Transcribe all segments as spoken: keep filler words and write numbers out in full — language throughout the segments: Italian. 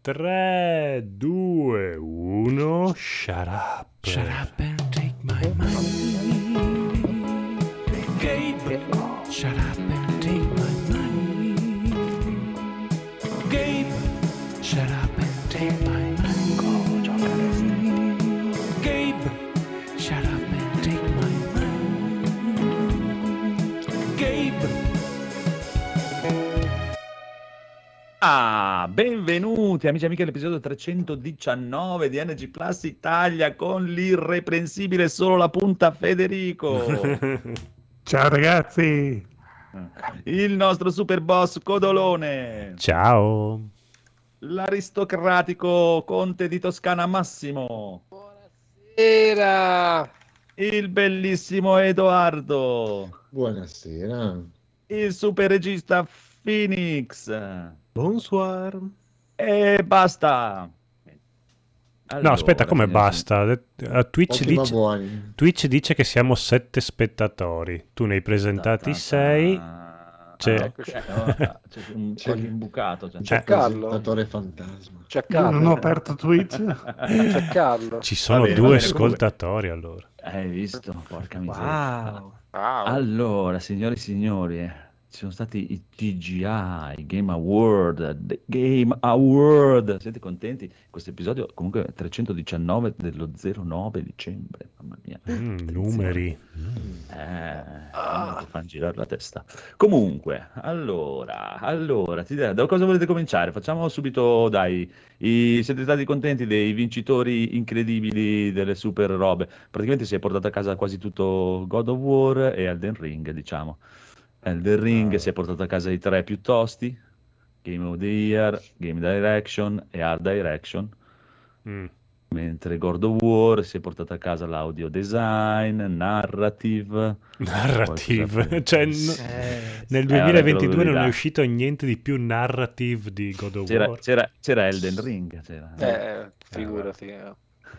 tre, due, uno, shut up. Shut up and take my money. Gabe, shut up and take my money. Gabe, shut up and take my money. Gabe, shut up and take my money. Gabe. Ah, benvenuti amici e amiche all'episodio trecentodiciannove di N G Plus Italia con l'irreprensibile Solo la Punta Federico. Ciao ragazzi. Il nostro super boss Codolone. Ciao. L'aristocratico Conte di Toscana Massimo. Buonasera. Il bellissimo Edoardo. Buonasera. Il super regista Phoenix. Bonsoir. E basta. No, aspetta, come signori, basta? Uh, Twitch, Pochi ma dice, buoni. Twitch dice che siamo sette spettatori. Tu ne hai presentati sei. C'è- Ah, ecco, c'è, no, c'è un C'è- qualche imbucato. Cioè. C'è Carlo. Presentatore fantasma. C'è Io non ho Carlo. aperto Twitch. C'è Carlo. Ci sono Va bene, due va bene, ascoltatori allora. Hai visto? Porca miseria. Wow. Ah, Allora, signori e signori, eh, ci sono stati i T G I, i Game Award, The Game Award. Siete contenti? Questo episodio comunque è trecentodiciannove dello zero nove dicembre. Mamma mia. Mm, Attenzione. numeri. Eh, mi fanno girare la testa. Comunque, allora, allora, ti direi, da cosa volete cominciare? Facciamo subito, dai, i, siete stati contenti dei vincitori incredibili delle super robe? Praticamente si è portato a casa quasi tutto God of War e Elden Ring, diciamo. Elden Ring si è portato a casa i tre più tosti, Game of the Year, Game Direction e Art Direction. Mm. Mentre God of War si è portato a casa l'audio design, narrative. Narrative. Qualcosa- Cioè, n- Eh, nel Eh, duemilaventidue vabbè, te lo non è dai. uscito niente di più narrative di God of C'era, War. c'era, c'era Elden Ring. C'era. eh, figurati. eh.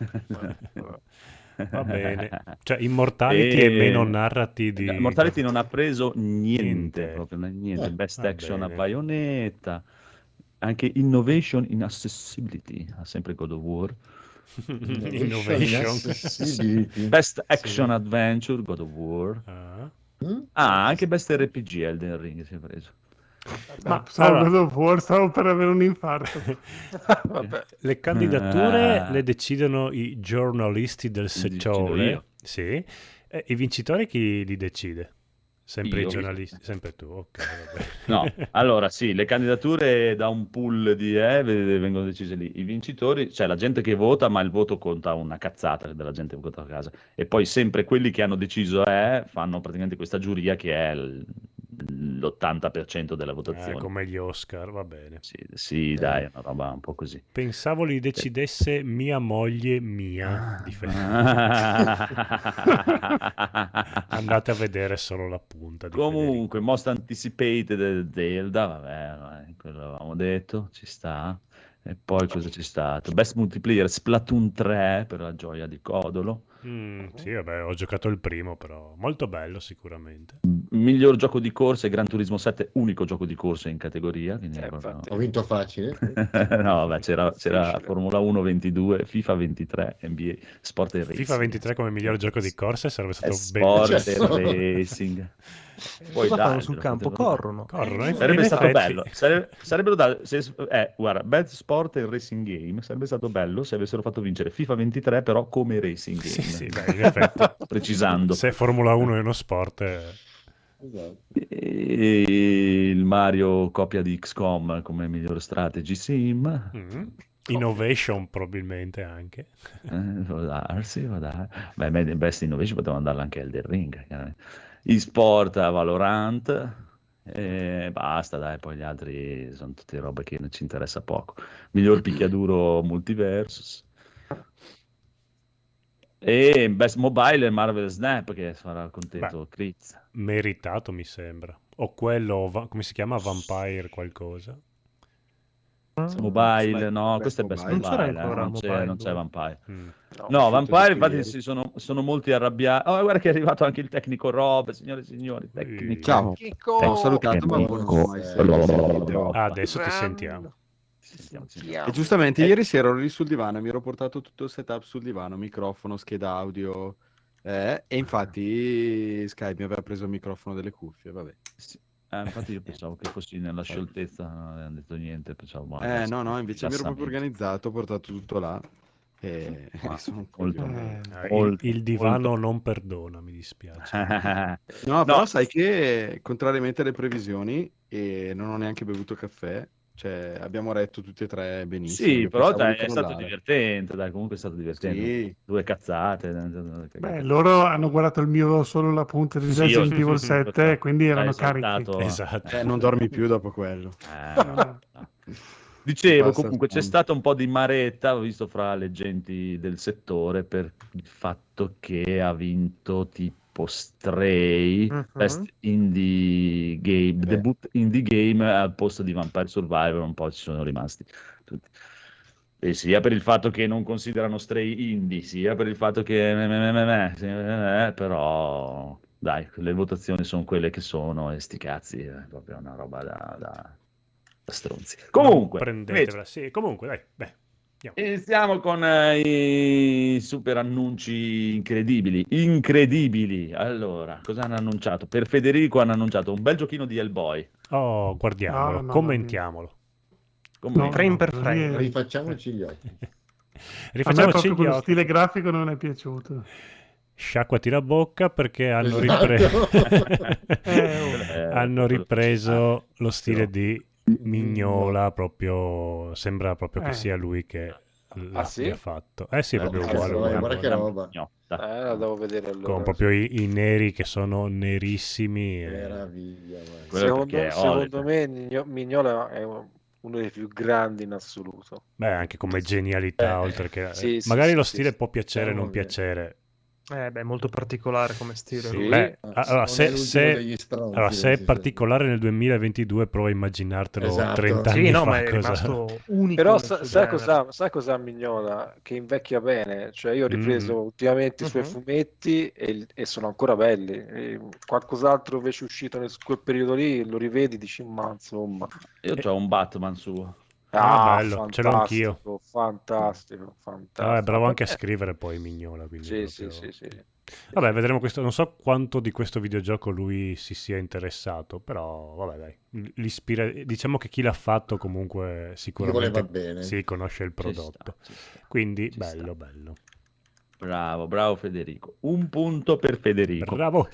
Va bene. Cioè, Immortality E- è meno narrati di... Mortality non ha preso niente, Niente. proprio niente. Eh, Best va action a bene. Bayonetta, anche Innovation in Accessibility, ha sempre God of War. Innovation. Accessibility. Best action adventure, God of War. Ah. Mm? Ah, anche Best R P G, Elden Ring si è preso. Ma Salve allora, dopo, stavo per avere un infarto. Vabbè. le candidature Ah. le decidono i giornalisti del decido settore. io. Sì. E i vincitori chi li decide? Sempre Io. i giornalisti, sempre tu, ok, vabbè. No, allora sì, le candidature da un pool di eh, v- vengono decise lì. I vincitori, cioè la gente che vota, ma il voto conta una cazzata della gente che vota a casa. E poi sempre quelli che hanno deciso eh, fanno praticamente questa giuria che è l- l'ottanta per cento della Eh, votazione. come gli Oscar, va bene. Sì, sì, dai, è una roba un po' così. Pensavo li decidesse mia moglie mia. di fe- Andate a vedere solo la punta di Comunque, Most Anticipated Zelda, vabbè, vai, quello l'avevamo detto, ci sta. E poi cosa c'è stato? Best Multiplayer Splatoon tre, per la gioia di Codolo. Federico. Mm, sì, vabbè, ho giocato il primo, però molto bello sicuramente. Miglior gioco di corsa è Gran Turismo sette, unico gioco di corsa in categoria. Quindi Eh, è proprio- infatti. Ho vinto facile. no, vabbè, c'era, c'era Difficile. Formula uno ventidue, FIFA ventitré, N B A, Sport e Racing. FIFA ventitré come miglior gioco di corsa sarebbe È stato Sport bellissimo. e Racing. Poi Cosa dai, fanno sul te lo campo? potevo- Corrono. Corrono, in- Sarebbe in stato effetti. bello, Sare- sarebbero da, se, eh, guarda, Best Sport e Racing Game sarebbe stato bello se avessero fatto vincere FIFA ventitré però come Racing Game, Sì, sì, dai, in effetti. precisando. Se Formula uno è uno sport... eh, Esatto. E il Mario copia di X COM come miglior strategy sim. mm, Innovation probabilmente anche. Eh, può darsi, può dar- Beh, me- Best Innovation poteva andarla anche Elden Ring. chiaramente. E-sport a Valorant. E basta, dai, poi gli altri sono tutte robe che ci interessa poco. Miglior picchiaduro Multiversus. E Best Mobile Marvel Snap che sarà contento Chris. Meritato mi sembra. O quello, va- come si chiama? Vampire qualcosa. Mobile, no, questo è Best Non Mobile, c'era eh, ancora non, c'è, Mobile, non c'è dove? Vampire. Mm. No, uscito Vampire tipo infatti ieri. si sono, sono molti arrabbiati. Oh, guarda che è arrivato anche il tecnico Rob, signore e signori, tecnico. Ciao. Chicco! Ho salutato, ma Tecnico. non so mai se- Ah, adesso ti sentiamo. Ci sentiamo, ci Sentiamo. sentiamo. E giustamente Eh. ieri sera ero lì sul divano, mi ero portato tutto il setup sul divano, microfono, scheda audio, eh, e infatti Skype mi aveva preso il microfono delle cuffie, vabbè. Sì. Eh, infatti io pensavo che fossi nella scioltezza, non avevano detto niente, pensavo, ma Eh adesso- no, no, invece mi ero proprio rilassamento. organizzato, ho portato tutto là e Ma sono un molto coglione. Eh, Eh, Molto, il, il divano molto. non perdona, mi dispiace. No, però No. sai che contrariamente alle previsioni e non ho neanche bevuto caffè, cioè abbiamo retto tutti e tre benissimo. Sì, io però pensavo dai, di è stato crollare. divertente, dai, comunque è stato divertente. Sì. Due cazzate. Beh, loro hanno guardato il mio solo la punta di Sì, Resident io- Evil sette, quindi L'hai erano carichi. saltato. Esatto. Eh, non dormi più dopo quello. Eh, no, no. Dicevo, Basta comunque c'è fondo. stata un po' di maretta, ho visto fra le genti del settore, per il fatto che ha vinto tipo Stray, Mhm. Best Indie Game, Beh. debut indie game al posto di Vampire Survivor, un po' ci sono rimasti tutti. E sia per il fatto che non considerano Stray indie, sia per il fatto che me, me, me, me, me, sì, me, me, me, però dai, le votazioni sono quelle che sono e sti cazzi, è proprio una roba da, da, da stronzi. Comunque, Non prendetevela. Sì, comunque, dai, beh, andiamo. iniziamo con eh, i super annunci incredibili. Incredibili. Allora, cosa hanno annunciato? Per Federico hanno annunciato un bel giochino di Hellboy. Oh, guardiamolo, No, no, commentiamolo. Comunque, No, Frame per così frame. è- Rifacciamoci gli occhi. A me Rifacciamoci proprio gli quello occhi. stile grafico non è piaciuto. Sciacquati la bocca perché hanno, Esatto. ripre- Eh, oh. Eh, hanno quello- ripreso lo stile no. di Mignola, proprio sembra proprio che Eh. sia lui che l'abbia sì? fatto. Eh sì, è Eh, proprio cazzo, uguale, guarda, uguale, guarda che uguale. roba. Gnotta. Eh, la devo vedere allora. Con proprio i, i neri che sono nerissimi. e- Meraviglia, guarda. Quello Secondo, perché è secondo Oliver. me Migno- Mignola è uno dei più grandi in assoluto. Beh, anche come genialità, Eh, oltre che... sì, sì, magari sì, lo sì, stile sì. può piacere o Diciamo non che- piacere. Eh, beh, molto particolare come stile. Sì. lui. Beh, Ah, allora, non se, è l'ultimo se- degli stronzi, allora, se nel è senso- particolare nel duemilaventidue, prova a immaginartelo Esatto. trenta anni Sì, no, fa. ma è cosa- rimasto unico. Però nel sa- suo sai, genere. cosa, sai cosa ha Mignola? Che invecchia bene. Cioè io ho ripreso Mm. ultimamente i suoi Mhm. fumetti e, il- e sono ancora belli. E qualcos'altro invece uscito nel quel periodo lì, lo rivedi, dici ma insomma. Io ho un Batman suo. Ah, bello, ce l'ho anch'io. fantastico, fantastico, fantastico. Ah, è bravo anche a Vabbè. scrivere poi Mignola. Quindi Sì, sì, proprio- sì, sì. Vabbè, vedremo questo. Non so quanto di questo videogioco lui si sia interessato, però vabbè, dai. L'ispira- Diciamo che chi l'ha fatto comunque Gli sicuramente voleva bene. si conosce il Ci prodotto. sta, ci sta. Quindi Ci bello, sta. bello. Bravo, bravo Federico. Un punto per Federico. Bravo.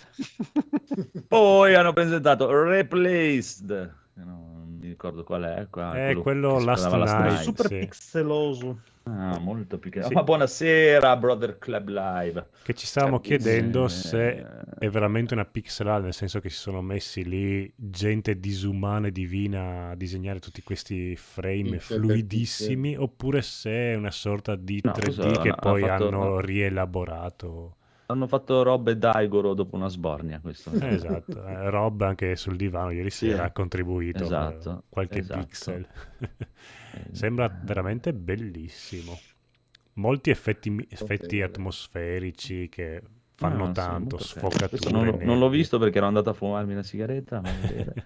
Poi hanno presentato Replaced. Non mi ricordo qual è. Qua, È quello che si Last chiamava Night. Night. Super sì. pixeloso. Ah, molto più che... Sì. Ma buonasera, Brother Club Live. Che ci stavamo Capisci? chiedendo Eh, se è veramente una pixel art, nel senso che si sono messi lì gente disumana e divina a disegnare tutti questi frame Pixel per fluidissimi, oppure se è una sorta di No, tre D cosa- che ha poi fatto- hanno rielaborato. Hanno fatto Rob e Daigoro dopo una sbornia, questo. Eh, esatto, eh, Rob anche sul divano ieri Sì, sera eh. ha contribuito Esatto, eh, qualche esatto. pixel. Eh, Sembra veramente bellissimo. Molti effetti, effetti bene. atmosferici che fanno Ah, sì, tanto, molto carino. sfocature. Questo non, lo- non l'ho nebbie. visto perché ero andato a fumarmi una sigaretta, ma vedere.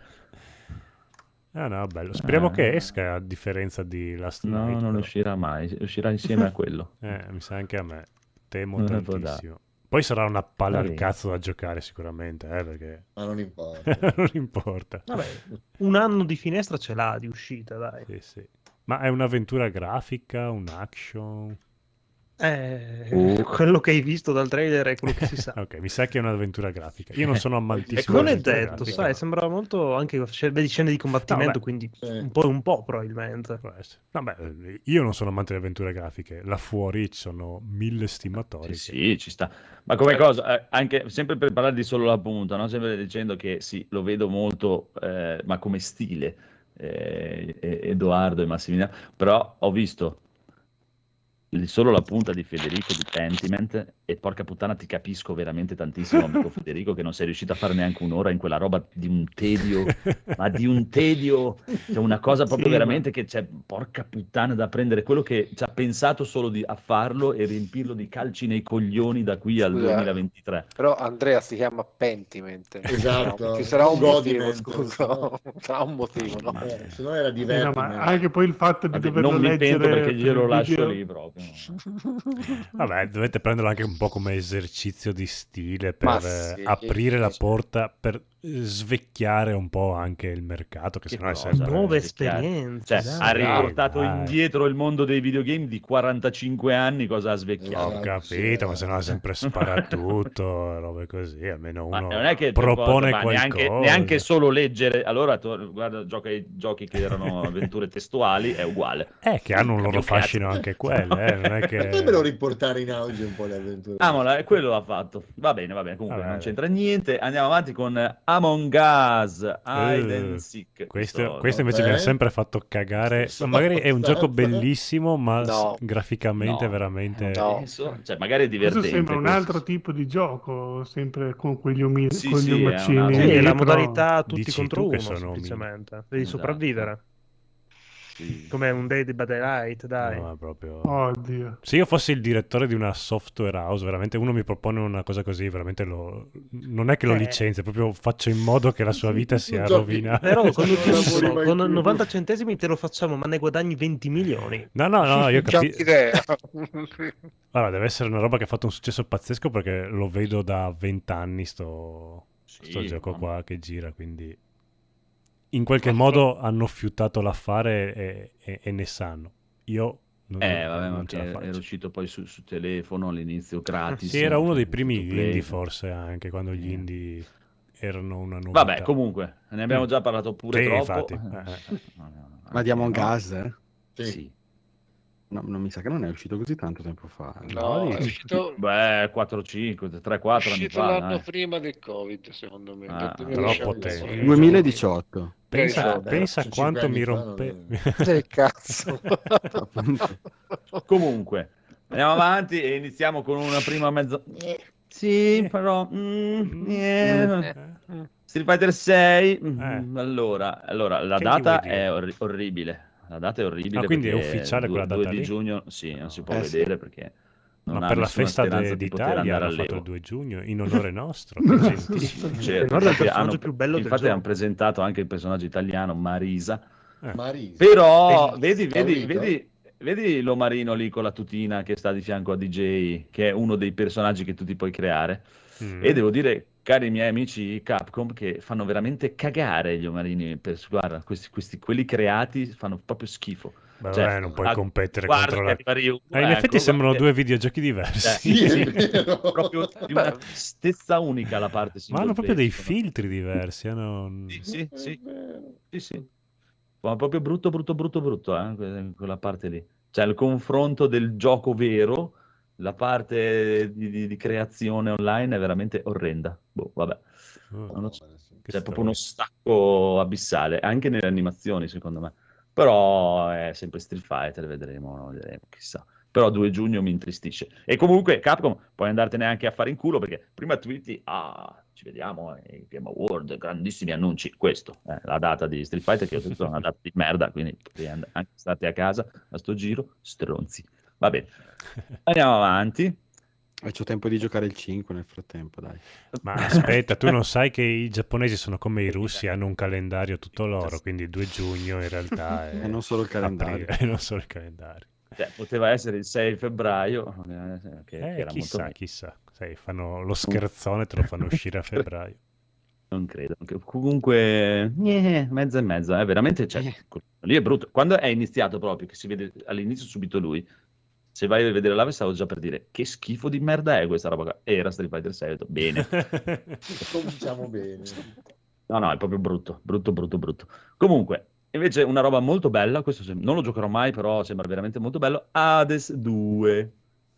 Ah no, bello. Speriamo Ah. che esca a differenza di Last No, Night. non però. uscirà mai, uscirà insieme a quello. Eh, mi sa anche a me. Temo Non ne può tantissimo. Poi sarà una palla Va al bene. cazzo da giocare sicuramente, eh, perché Ma non importa. non importa. Vabbè, un anno di finestra ce l'ha di uscita, dai. Sì, sì. Ma è un'avventura grafica, un action? Eh, Uh. quello che hai visto dal trailer è quello che si sa. Ok, mi sa che è un'avventura grafica. Io non sono amantissimo. Ecco, Non di è avventure detto, grafiche, sai, ma- sembra molto anche sc- vedi scene di combattimento, No, beh. quindi Sì. un po' e un po' probabilmente. Può essere. No, beh, io non sono amante di avventure grafiche. Là fuori ci sono mille stimatori. Sì, che- sì, ci sta. Ma come cosa, eh, anche sempre per parlare di solo la punta, no? Sempre dicendo che sì, lo vedo molto, eh, ma come stile, eh, eh, Edoardo e Massimiliano, però ho visto il- solo la punta di Federico di Pentiment e porca puttana ti capisco veramente tantissimo, amico Federico, che non sei riuscito a fare neanche un'ora in quella roba di un tedio, ma di un tedio, cioè una cosa proprio Sì, veramente che c'è, porca puttana, da prendere quello che ci ha pensato solo di, a farlo e riempirlo di calci nei coglioni da qui al Scusa, duemilaventitré. Però Andrea si chiama Pentiment. Esatto. Ci sarà un motivo, Godiment, scusa. no? Sarà un motivo, no? Eh, se no era Eh, no, divertiment. ma anche poi il fatto di Vabbè, doverlo non mi leggere pento perché per glielo il lascio video. lì proprio. Vabbè, dovete prenderlo anche un po' come esercizio di stile per Ma eh, sì, aprire la sì. porta, per eh, svecchiare un po' anche il mercato, che Che sennò è cosa? sempre... Nuove È chiaro. esperienze. Cioè, dai. ha riportato dai. indietro il mondo dei videogame di quarantacinque anni, cosa ha svecchiato? Ho Esatto, capito, sì, ma eh. sennò sempre spara tutto, robe così, almeno Ma uno non è che propone ma neanche, qualcosa. neanche solo leggere, allora tu, guarda, gioca ai giochi che erano avventure testuali, è uguale. Eh, che hanno un loro Cambio cazzo. fascino anche quelle, eh, non è che... Potrebbero riportare in auge un po' le avventure. Amola, e quello l'ha fatto. Va bene, va bene, comunque Vabbè, non vabbè. c'entra niente. Andiamo avanti con Among Us, Hide and Eh, Seek. Questo, questo no? invece mi ha Vabbè. sempre fatto cagare. Sì, Magari è un gioco abbastanza. bellissimo, ma No. s- graficamente No. veramente... No. Adesso, cioè, magari è Questo divertente. sembra un questo. altro tipo di gioco, sempre con quegli, umi- Sì, con gli sì, è un omacini altro- Sì, è la dietro. modalità tutti Dici contro tu che uno, sono semplicemente. Devi Esatto. sopravvivere. Sì. Come un Dead by Daylight, dai. No, è proprio... Oddio. Se io fossi il direttore di una software house, veramente uno mi propone una cosa così, veramente lo... non è che lo Eh. licenzio, proprio faccio in modo che la sua vita sia Giochi- rovinata. Però con, Non lavori mai con più. novanta centesimi te lo facciamo, ma ne guadagni venti milioni. No, no, no, io Già capisco. idea. Allora, deve essere una roba che ha fatto un successo pazzesco perché lo vedo da vent'anni sto, sto Sì, gioco ma- qua che gira, quindi in qualche modo hanno fiutato l'affare e, e- e ne sanno. Io non, Eh, vabbè, ma non ce la che faccio. era uscito poi su, su telefono all'inizio gratis. Sì, era uno dei su- primi su Play. indie forse anche, quando gli Sì. indie erano una novità. Vabbè, comunque, ne abbiamo Mm. già parlato pure Sì, troppo. infatti. Eh, Eh, no, no, no, Ma di Among no. Us, eh? Sì. Sì. No, non mi sa che non è uscito così tanto tempo fa. No, No, è dici. uscito, Beh, quattro cinque, tre è quattro anni uscito fa. l'anno dai. prima del Covid, secondo me. Ah, del troppo duemiladiciotto. tempo. duemiladiciotto. Pensa, Eh, pensa su quanto cinque mi anni fa, rompe... Che cazzo. Comunque, andiamo avanti e iniziamo con una prima mezza... Sì, però... mm, eh, Street Fighter sei... mm, Eh. Allora, allora, la Che data gli vuoi dire? è orri- orribile. La data è orribile Ah, quindi è perché ufficiale due- quella due data di lì? giugno, sì, non si può Eh, sì. vedere perché non Ma ha per la nessuna festa de- speranza di poter d'Italia andare hanno fatto all'Evo. il due giugno in onore nostro, che gentili. Certo, Guarda il infatti personaggio hanno, più bello del infatti gioco. hanno presentato anche il personaggio italiano Marisa. Marisa. Però Bellissimo. vedi, vedi, Favorito? vedi, vedi l'omarino lì con la tutina che sta di fianco a D J, che è uno dei personaggi che tu ti puoi creare. Mm. E devo dire, cari miei amici Capcom, che fanno veramente cagare gli omarini. Per, guarda, questi, questi, quelli creati fanno proprio schifo. Beh, Cioè, vabbè, non puoi ah, competere guarda contro che la... arriva Ryu, Eh, in ecco, effetti sembrano guarda due che- videogiochi Eh, diversi. Sì, è sì, vero. proprio di una stessa unica la parte Ma hanno single proprio dei player, secondo me. filtri diversi. Hanno... Sì, sì, È sì, vero. sì, sì. Ma proprio brutto, brutto, brutto, brutto, eh, que- quella parte lì. Cioè, il confronto del gioco vero, la parte di, di- di creazione online è veramente orrenda. Boh, vabbè. Oh, Non lo so. che C'è proprio uno storia. stacco abissale, anche nelle animazioni, secondo me. Però è sempre Street Fighter, vedremo, no? Vedremo, chissà. Però due giugno mi intristisce. E comunque, Capcom, puoi andartene anche a fare in culo, perché prima twitti, ah, ci vediamo ai Game Award, grandissimi annunci. Questo, eh, la data di Street Fighter, che ho detto è una data di merda, quindi potete and- anche state a casa a sto giro, stronzi. Va bene, andiamo avanti. E c'ho tempo di giocare il cinque nel frattempo, dai. Ma aspetta, tu non sai che i giapponesi sono come i russi, hanno un calendario tutto loro, quindi il due giugno in realtà è E non solo il calendario. aprile, non solo il calendario. Cioè, poteva essere il sei febbraio, eh, che, che Eh, era molto chissà, meglio. chissà. Sai, fanno lo scherzone, te lo fanno uscire a febbraio. Non credo. Che- Comunque, eh, mezza e mezza, eh, veramente, cioè, lì è brutto. Quando è iniziato proprio, che si vede all'inizio subito lui, se vai a vedere la stavo già per dire, che schifo di merda è questa roba qua. E era Street Fighter sei, ho detto, bene. Cominciamo bene. No, no, è proprio brutto, brutto, brutto, brutto. Comunque, invece una roba molto bella, questo sem- non lo giocherò mai, però sembra veramente molto bello, Hades due.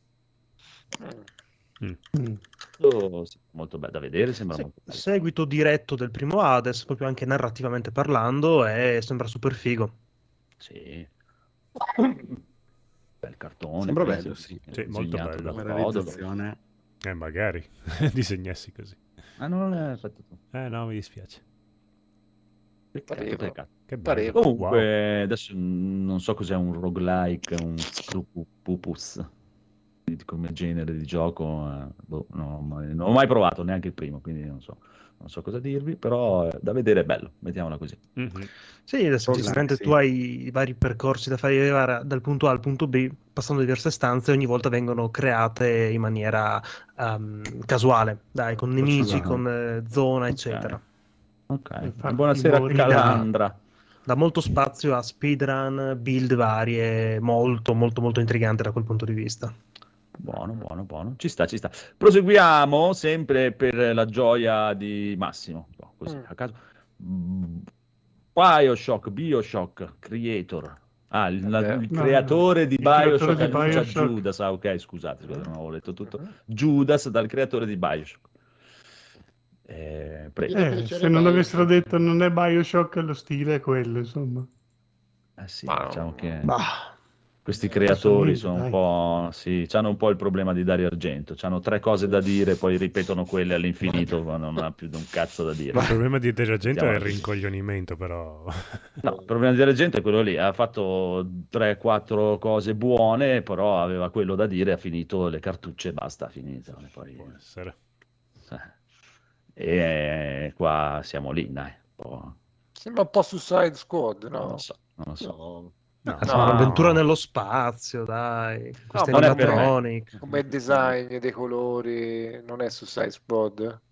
Mm. Oh, sì, molto bello da vedere, sembra Se- molto bello. seguito diretto del primo Hades, proprio anche narrativamente parlando, e sembra super figo. Sì. Bel cartone. Sembra penso, bello, sì. Sì, molto disegnato bello. da Come Codolo. realizzazione. Eh, magari disegnassi così. Ah, non l'hai fatto tu. Eh, no, mi dispiace. Peccato, Pareva. peccato. Che bello. Pareva. Comunque, adesso non so cos'è un roguelike, un scrupupus come genere di gioco. eh, boh, non, ho mai, non ho mai provato neanche il primo, quindi non so, non so cosa dirvi, però eh, da vedere è bello, mettiamola così. Mhm. Sì, adesso Roguelike, giustamente sì. tu hai i vari percorsi da fare arrivare dal punto A al punto B, passando diverse stanze, e ogni volta vengono create in maniera ehm, casuale, dai, con nemici, Procedurale. con eh, zona, eccetera. Ok, Infatti, buonasera Mori Calandra. Dà molto spazio a speedrun, build varie, molto, molto, molto intrigante da quel punto di vista. Buono, buono, buono. Ci sta, ci sta. Proseguiamo sempre per la gioia di Massimo. No, così, Mm. a caso. Mm, Bioshock, Bioshock, Creator. Ah, il, la- Vabbè. il No, creatore no. di Il creatore Bioshock di annuncia Bioshock. Judas. Ah, ok, scusate, scusate, non avevo letto tutto. Mhm. Judas dal creatore di Bioshock. Eh, prego. Mi fa Eh, piacere se non Bioshock. avessero detto non è Bioshock, lo stile è quello, insomma. Eh sì, Ma- diciamo che Bah, questi creatori sono un dai. po', sì, hanno un po' il problema di Dario Argento. Hanno tre cose da dire, poi ripetono quelle all'infinito, ma non ha più un cazzo da dire. Il problema di Dario Argento è il Mettiamola così. rincoglionimento, però. No, il problema di Dario Argento è quello lì. Ha fatto tre quattro cose buone, però aveva quello da dire, ha finito le cartucce e basta, ha finito. E poi, Può essere. eh, e qua siamo lì, dai. Un po'. Sembra un po' Suicide Squad, Non no? lo so, non lo so. No. No, insomma, no. un'avventura nello spazio, dai, questi non è per me. animatronic. Come il design dei colori, non è Suicide Squad.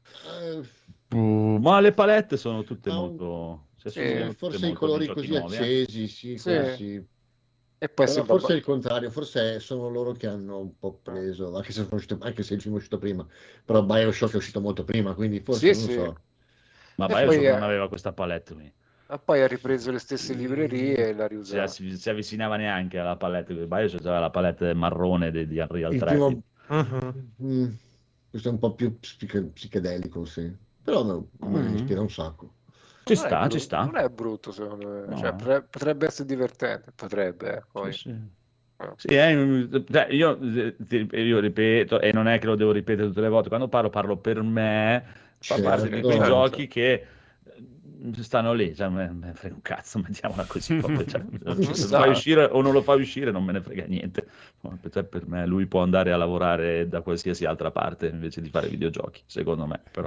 Eh, Uh, ma le palette sono tutte Ah, molto... se sì, sono tutte forse i molto colori di giochi così nuovi, eh. accesi, sì, Sì. quasi. E poi Però sembra... forse è il contrario, forse sono loro che hanno un po' preso, anche se, sono uscito- anche se il film è uscito prima, però Bioshock è uscito molto prima, quindi forse Sì, non sì. so. Ma E Bioshock poi, eh, non aveva questa palette qui. E poi ha ripreso le stesse librerie e l'ha Si, riusata. si, si avvicinava neanche alla palette. Bioshock aveva la palette marrone di, di Unreal Il tre. primo, tipo. Mhm. mm, questo è un po' più psiche- psichedelico, sì. Però no, a me Mm. ispira un sacco. Ci Non è sta, brutto, ci sta. Non è brutto, secondo me. No. Cioè, potre- potrebbe essere divertente, potrebbe, eh, poi. Sì, sì. Eh. Sì, eh, cioè, io, eh, ti- io ripeto, e non è che lo devo ripetere tutte le volte, quando parlo, parlo per me, fa Certo. parte di quei Certo. giochi che eh, stanno lì, cioè, me me ne frega un cazzo, mettiamola così, proprio, cioè, se lo sta. fai uscire o non lo fai uscire non me ne frega niente. Cioè, per me lui può andare a lavorare da qualsiasi altra parte invece di fare videogiochi, secondo me, però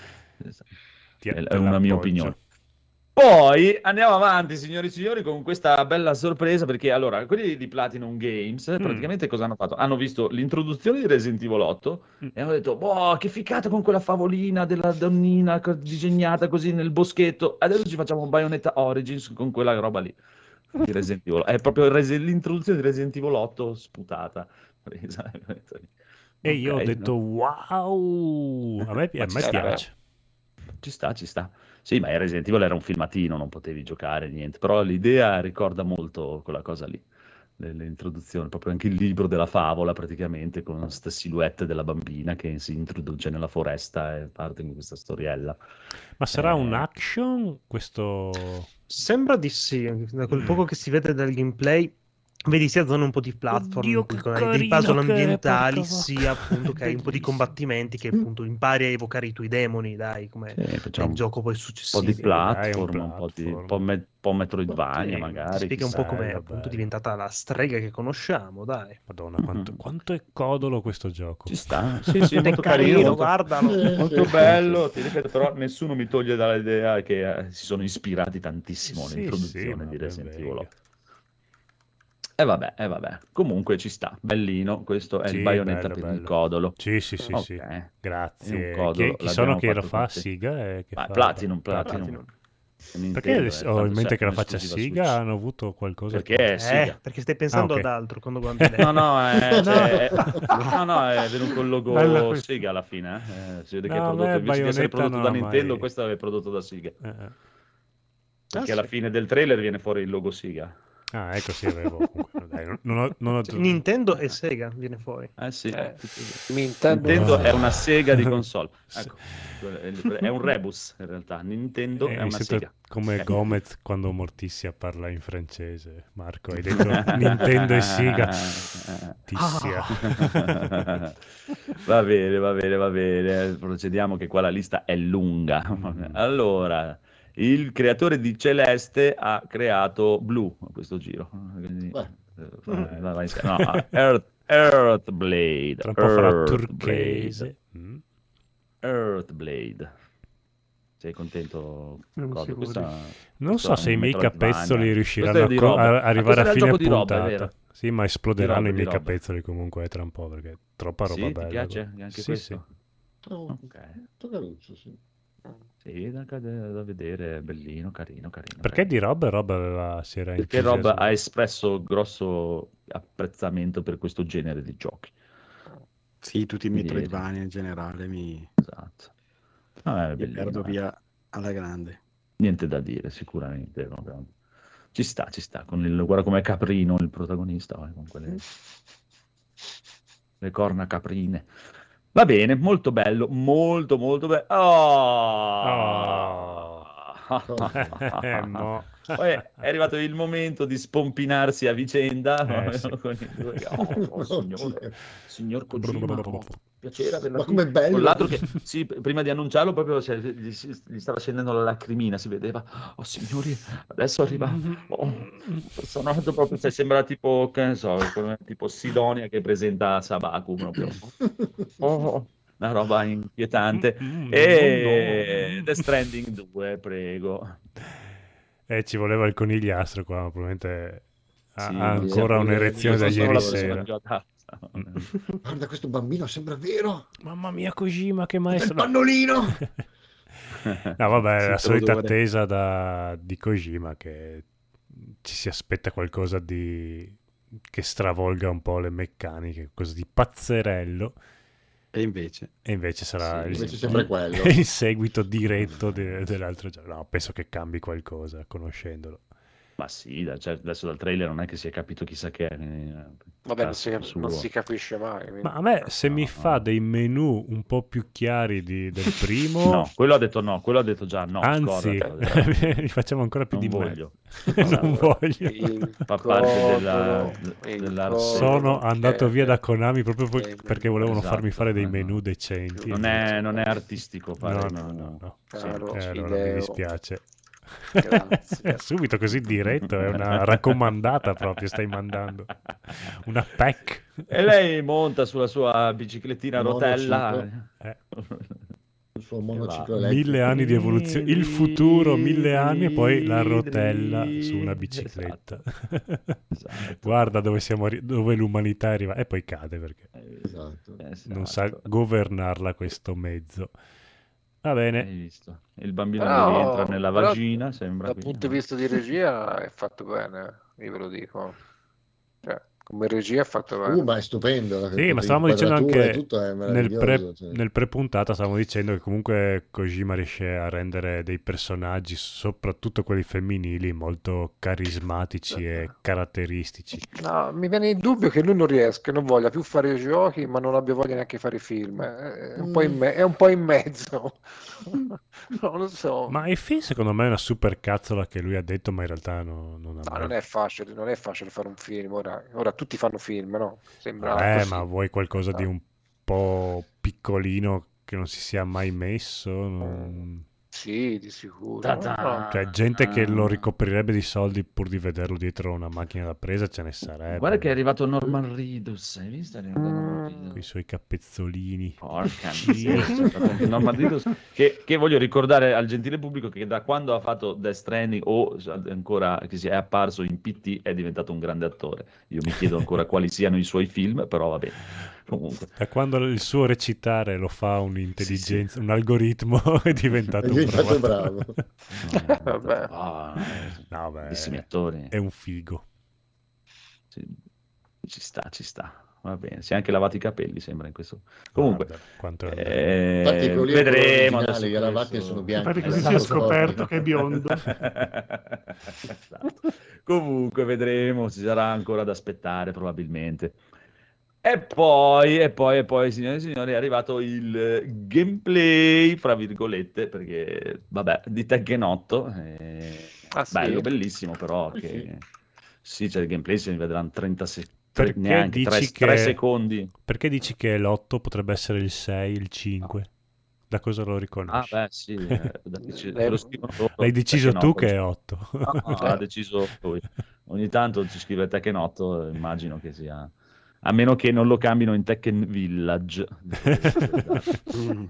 Ti- è, te è una mia l'appoggio. opinione. Poi andiamo avanti, signori e signori, con questa bella sorpresa, perché allora, quelli di Platinum Games, Mm. praticamente cosa hanno fatto? Hanno visto l'introduzione di Resident Evil otto Mm. e hanno detto, boh, che ficata con quella favolina della donnina co- disegnata così nel boschetto, adesso ci facciamo Bayonetta Origins con quella roba lì. Di Resident Evil. È proprio il Resi- l'introduzione di Resident Evil otto sputata. Presa. E io ho Ok, detto, no? wow, a me, pi- Ma a ci me sta, piace. Ci sta, ci sta. Sì, ma il Resident Evil era un filmatino, non potevi giocare, niente. Però l'idea ricorda molto quella cosa lì. Le, le introduzioni, proprio anche il libro della favola, praticamente, con questa silhouette della bambina che si introduce nella foresta e parte con questa storiella. Ma sarà Eh. un action questo? Sembra di sì, da quel poco che si vede dal gameplay, vedi sia zone un po' di platform, Oddio, con che dei carino puzzle che è, ambientali, porca vacca. sia appunto che hai un po' di Bellissimo. combattimenti che appunto impari a evocare i tuoi demoni, dai, come Sì, facciamo nel un gioco poi po' di successivo. platform, dai, un un po' di platform. po' me- po' Metroidvania, Sì, magari. ti spiega un chissà. po' come è Bello, appunto bello. diventata la strega che conosciamo, dai. Madonna, quanto, Mhm. quanto è codolo questo gioco. Ci sta, sì, sì, È molto carino, carino, molto, guardalo. Eh, molto sì, bello. sì, Ti ripeto, però nessuno mi toglie dall'idea che eh, si sono ispirati tantissimo Sì, all'introduzione sì, ma di ben Resident venga. Evil otto. E vabbè, e vabbè, comunque ci sta, bellino, questo è Sì, il Bayonetta bello, per il bello. codolo. Sì, sì, sì, Ok, sì. è un Grazie. codolo, Chi, chi l'abbiamo sono che lo fatto fa? con te. Siga? E che Ma fa- Platinum, Platinum. Platinum. Platinum. Perché Nintendo, adesso eh, ho in tanto mente c'è che lo in faccia esclusiva Siga? Switch. Hanno avuto qualcosa Perché che... è Siga. Eh, perché stai pensando Ah, ok. ad altro quando guardi lei. No, no, è, cioè, è- no, no, è venuto il Bella logo questa. Sega alla fine. eh. Eh, si vede che è No, a prodotto, me invece di essere Bayonetta prodotto non da ha Nintendo, mai- questo è prodotto da Sega. Eh, eh. Perché Ah, alla sì. fine del trailer viene fuori il logo Sega. Ah, ecco, sì, avevo. Comunque, dai, non, non ho, non ho- Nintendo e Sega viene fuori. Eh sì, Eh, tutto così. Nintendo, Nintendo Ah. è una Sega di console. Sì. Ecco, è un rebus in realtà. Nintendo Eh, è mi una sento Sega. come Ok. Gomez quando Morticia parla in francese. Marco, hai detto Nintendo e Siga. Letizia. Va bene, va bene, va bene. Procediamo che qua la lista è lunga. Allora, il creatore di Celeste ha creato Blue a questo giro. Quindi, Beh. eh, vai- vai in- no, Earth, Earthblade. Tra un po' farà Earthblade. turchese. Mm. Earthblade. Sei contento? Non Cosa? sicuro. Questa, Non questo so è se un i miei Metroidvania. capezzoli riusciranno Questo a, è di co- roba. a- Ah, arrivare questo a era il fine gioco di roba, è puntata. vero. Sì, ma esploderanno roba, i di miei roba. capezzoli comunque eh, tra un po', perché è troppa roba Sì, ti bella. piace qua. anche Sì, questo? Oh, Ok. Tocaruccio, sì. Sì, da, da- da vedere, bellino, carino, carino. Perché carino. di roba e roba aveva, si era Perché Rob entusiasmato. ha espresso grosso apprezzamento per questo genere di giochi. Sì, tutti i Quindi- Metroidvania in generale mi, Esatto. Ah, è mi bellino, perdo eh. via alla grande. Niente da dire, sicuramente. No? Ci sta, ci sta. Con il, guarda com'è caprino il protagonista, eh, con quelle le corna caprine. Va bene, molto bello, molto molto bello. Oh! Eh, mo. Poi è arrivato il momento di spompinarsi a vicenda. Eh, no? sì. Con i due. Oh, oh, signore, signor Kojima, oh, piacere averla Ma qui. com'è bello! Con l'altro che sì, p- prima di annunciarlo proprio cioè, gli, gli stava scendendo la lacrimina, si vedeva. Oh signori, adesso arriva oh, un personaggio proprio, cioè, sembra tipo, che ne so, come- tipo Sidonia che presenta Sabaku proprio. Oh, una roba inquietante. Mm, E no. Death Stranding due, prego. Eh, ci voleva il conigliastro qua, ma probabilmente ha, Sì, ha sì, ancora sì, un'erezione da sì, Sono ieri la persona sera. più adatta. Guarda, questo bambino sembra vero! Mamma mia, Kojima, che Il maestro! pannolino! No, vabbè, Sì, la te solita l'odore. attesa da, di Kojima che ci si aspetta qualcosa di che stravolga un po' le meccaniche, qualcosa di pazzerello, E invece, e invece sarà Sì, il, Invece sembra quello. il seguito diretto de- dell'altro gioco. No, penso che cambi qualcosa conoscendolo. Ma sì, da- cioè, adesso dal trailer non è che si è capito chissà che è. eh, Vabbè, non si, cazzo suo. non si capisce mai. quindi- Ma a me, se No, mi no. fa dei menu un po' più chiari di- del primo, No, quello ha detto no, quello ha detto già no. anzi, scordatelo. li facciamo ancora più Non di me. voglio. Non voglio. Il Fa parte della- codolo, il della- codolo, Sono andato eh, via da Konami proprio per- eh, perché volevano esatto, farmi fare dei eh, menu no. decenti. Non è, non è artistico fare No, i no, menu. no, no. Caro Eh, allora mi Fideo. dispiace. Grazie. Subito così diretto, è una raccomandata proprio, stai mandando. Una pack. E lei monta sulla sua biciclettina a rotella. Monociclo. Eh, Il suo monociclo va. elettrico. mille anni di evoluzione, il futuro, mille anni e poi la rotella su una bicicletta. Esatto. Guarda dove siamo, arri- dove l'umanità arriva e poi cade perché Esatto. non sa Esatto. governarla questo mezzo. Va Hai bene. visto? Il bambino Però- che rientra nella però vagina, sembra. Dal qui, punto di no? vista di regia è fatto bene, io ve lo dico. Cioè, come regia è fatto bene. Uh, ma è stupendo. la- Sì, ma le stavamo dicendo inquadrature anche e tutto è nel, pre, meraviglioso, cioè. nel pre-puntata stavamo dicendo che comunque Kojima riesce a rendere dei personaggi, soprattutto quelli femminili, molto carismatici e caratteristici. No, mi viene il dubbio che lui non riesca, non voglia più fare i giochi, ma non abbia voglia neanche fare i film. È un, po' in me- è un po' in mezzo. Non lo so. Ma il film secondo me è una super cazzola che lui ha detto, ma in realtà no- non ha No, mai... non è facile, non è facile fare un film. Ora, ora tutti fanno film, no? Sembra Eh, così. ma vuoi qualcosa di Ah. un po' piccolino che non si sia mai messo? Non- Sì, di sicuro. Ta-ta. No, Cioè, gente che lo Ah. ricoprirebbe di soldi pur di vederlo dietro una macchina da presa ce ne sarebbe. Guarda che è arrivato Norman Reedus, hai visto? È arrivato Norman Reedus. Con i suoi cappezzolini. Porca miseria, c'è stato Norman Reedus, che, che voglio ricordare al gentile pubblico che da quando ha fatto Death Stranding o ancora che si è apparso in P T è diventato un grande attore. Io mi chiedo ancora quali siano i suoi film, però va bene. Comunque, Da quando il suo recitare lo fa un'intelligenza, un algoritmo, è diventato, È diventato un bravo. no, Vabbè. ah, No, beh, bellissimi attori. è un figo. Sì, ci sta, ci sta. Va bene, si è anche lavato i capelli, sembra in questo. Comunque, Guarda quanto è eh, Infatti quello lì è quello vedremo originale, adesso gli aravati questo- sono bianchi. Infatti così Esatto. si è scoperto che è biondo. Esatto. Comunque vedremo, ci sarà ancora da aspettare probabilmente. E poi, e poi, e poi, signore e signori, è arrivato il gameplay, fra virgolette, perché, vabbè, di Tekken otto. eh, Ah, sì? Bello, bellissimo, però, Sì, che... sì. Sì, c'è il gameplay, si vedranno trenta, se- Tre- Perché neanche tre, dici tre che- secondi. Perché dici che l'otto potrebbe essere il sei, il cinque? Da cosa lo Ah, riconosci? beh, sì, eh, da- ci- Lei- lo scrivono loro, L'hai deciso Tekken tu otto, che è otto. No, no, ha deciso lui. Ogni tanto ci scrive Tekken otto, immagino che sia... A meno che non lo cambino in Tekken Village. Mm.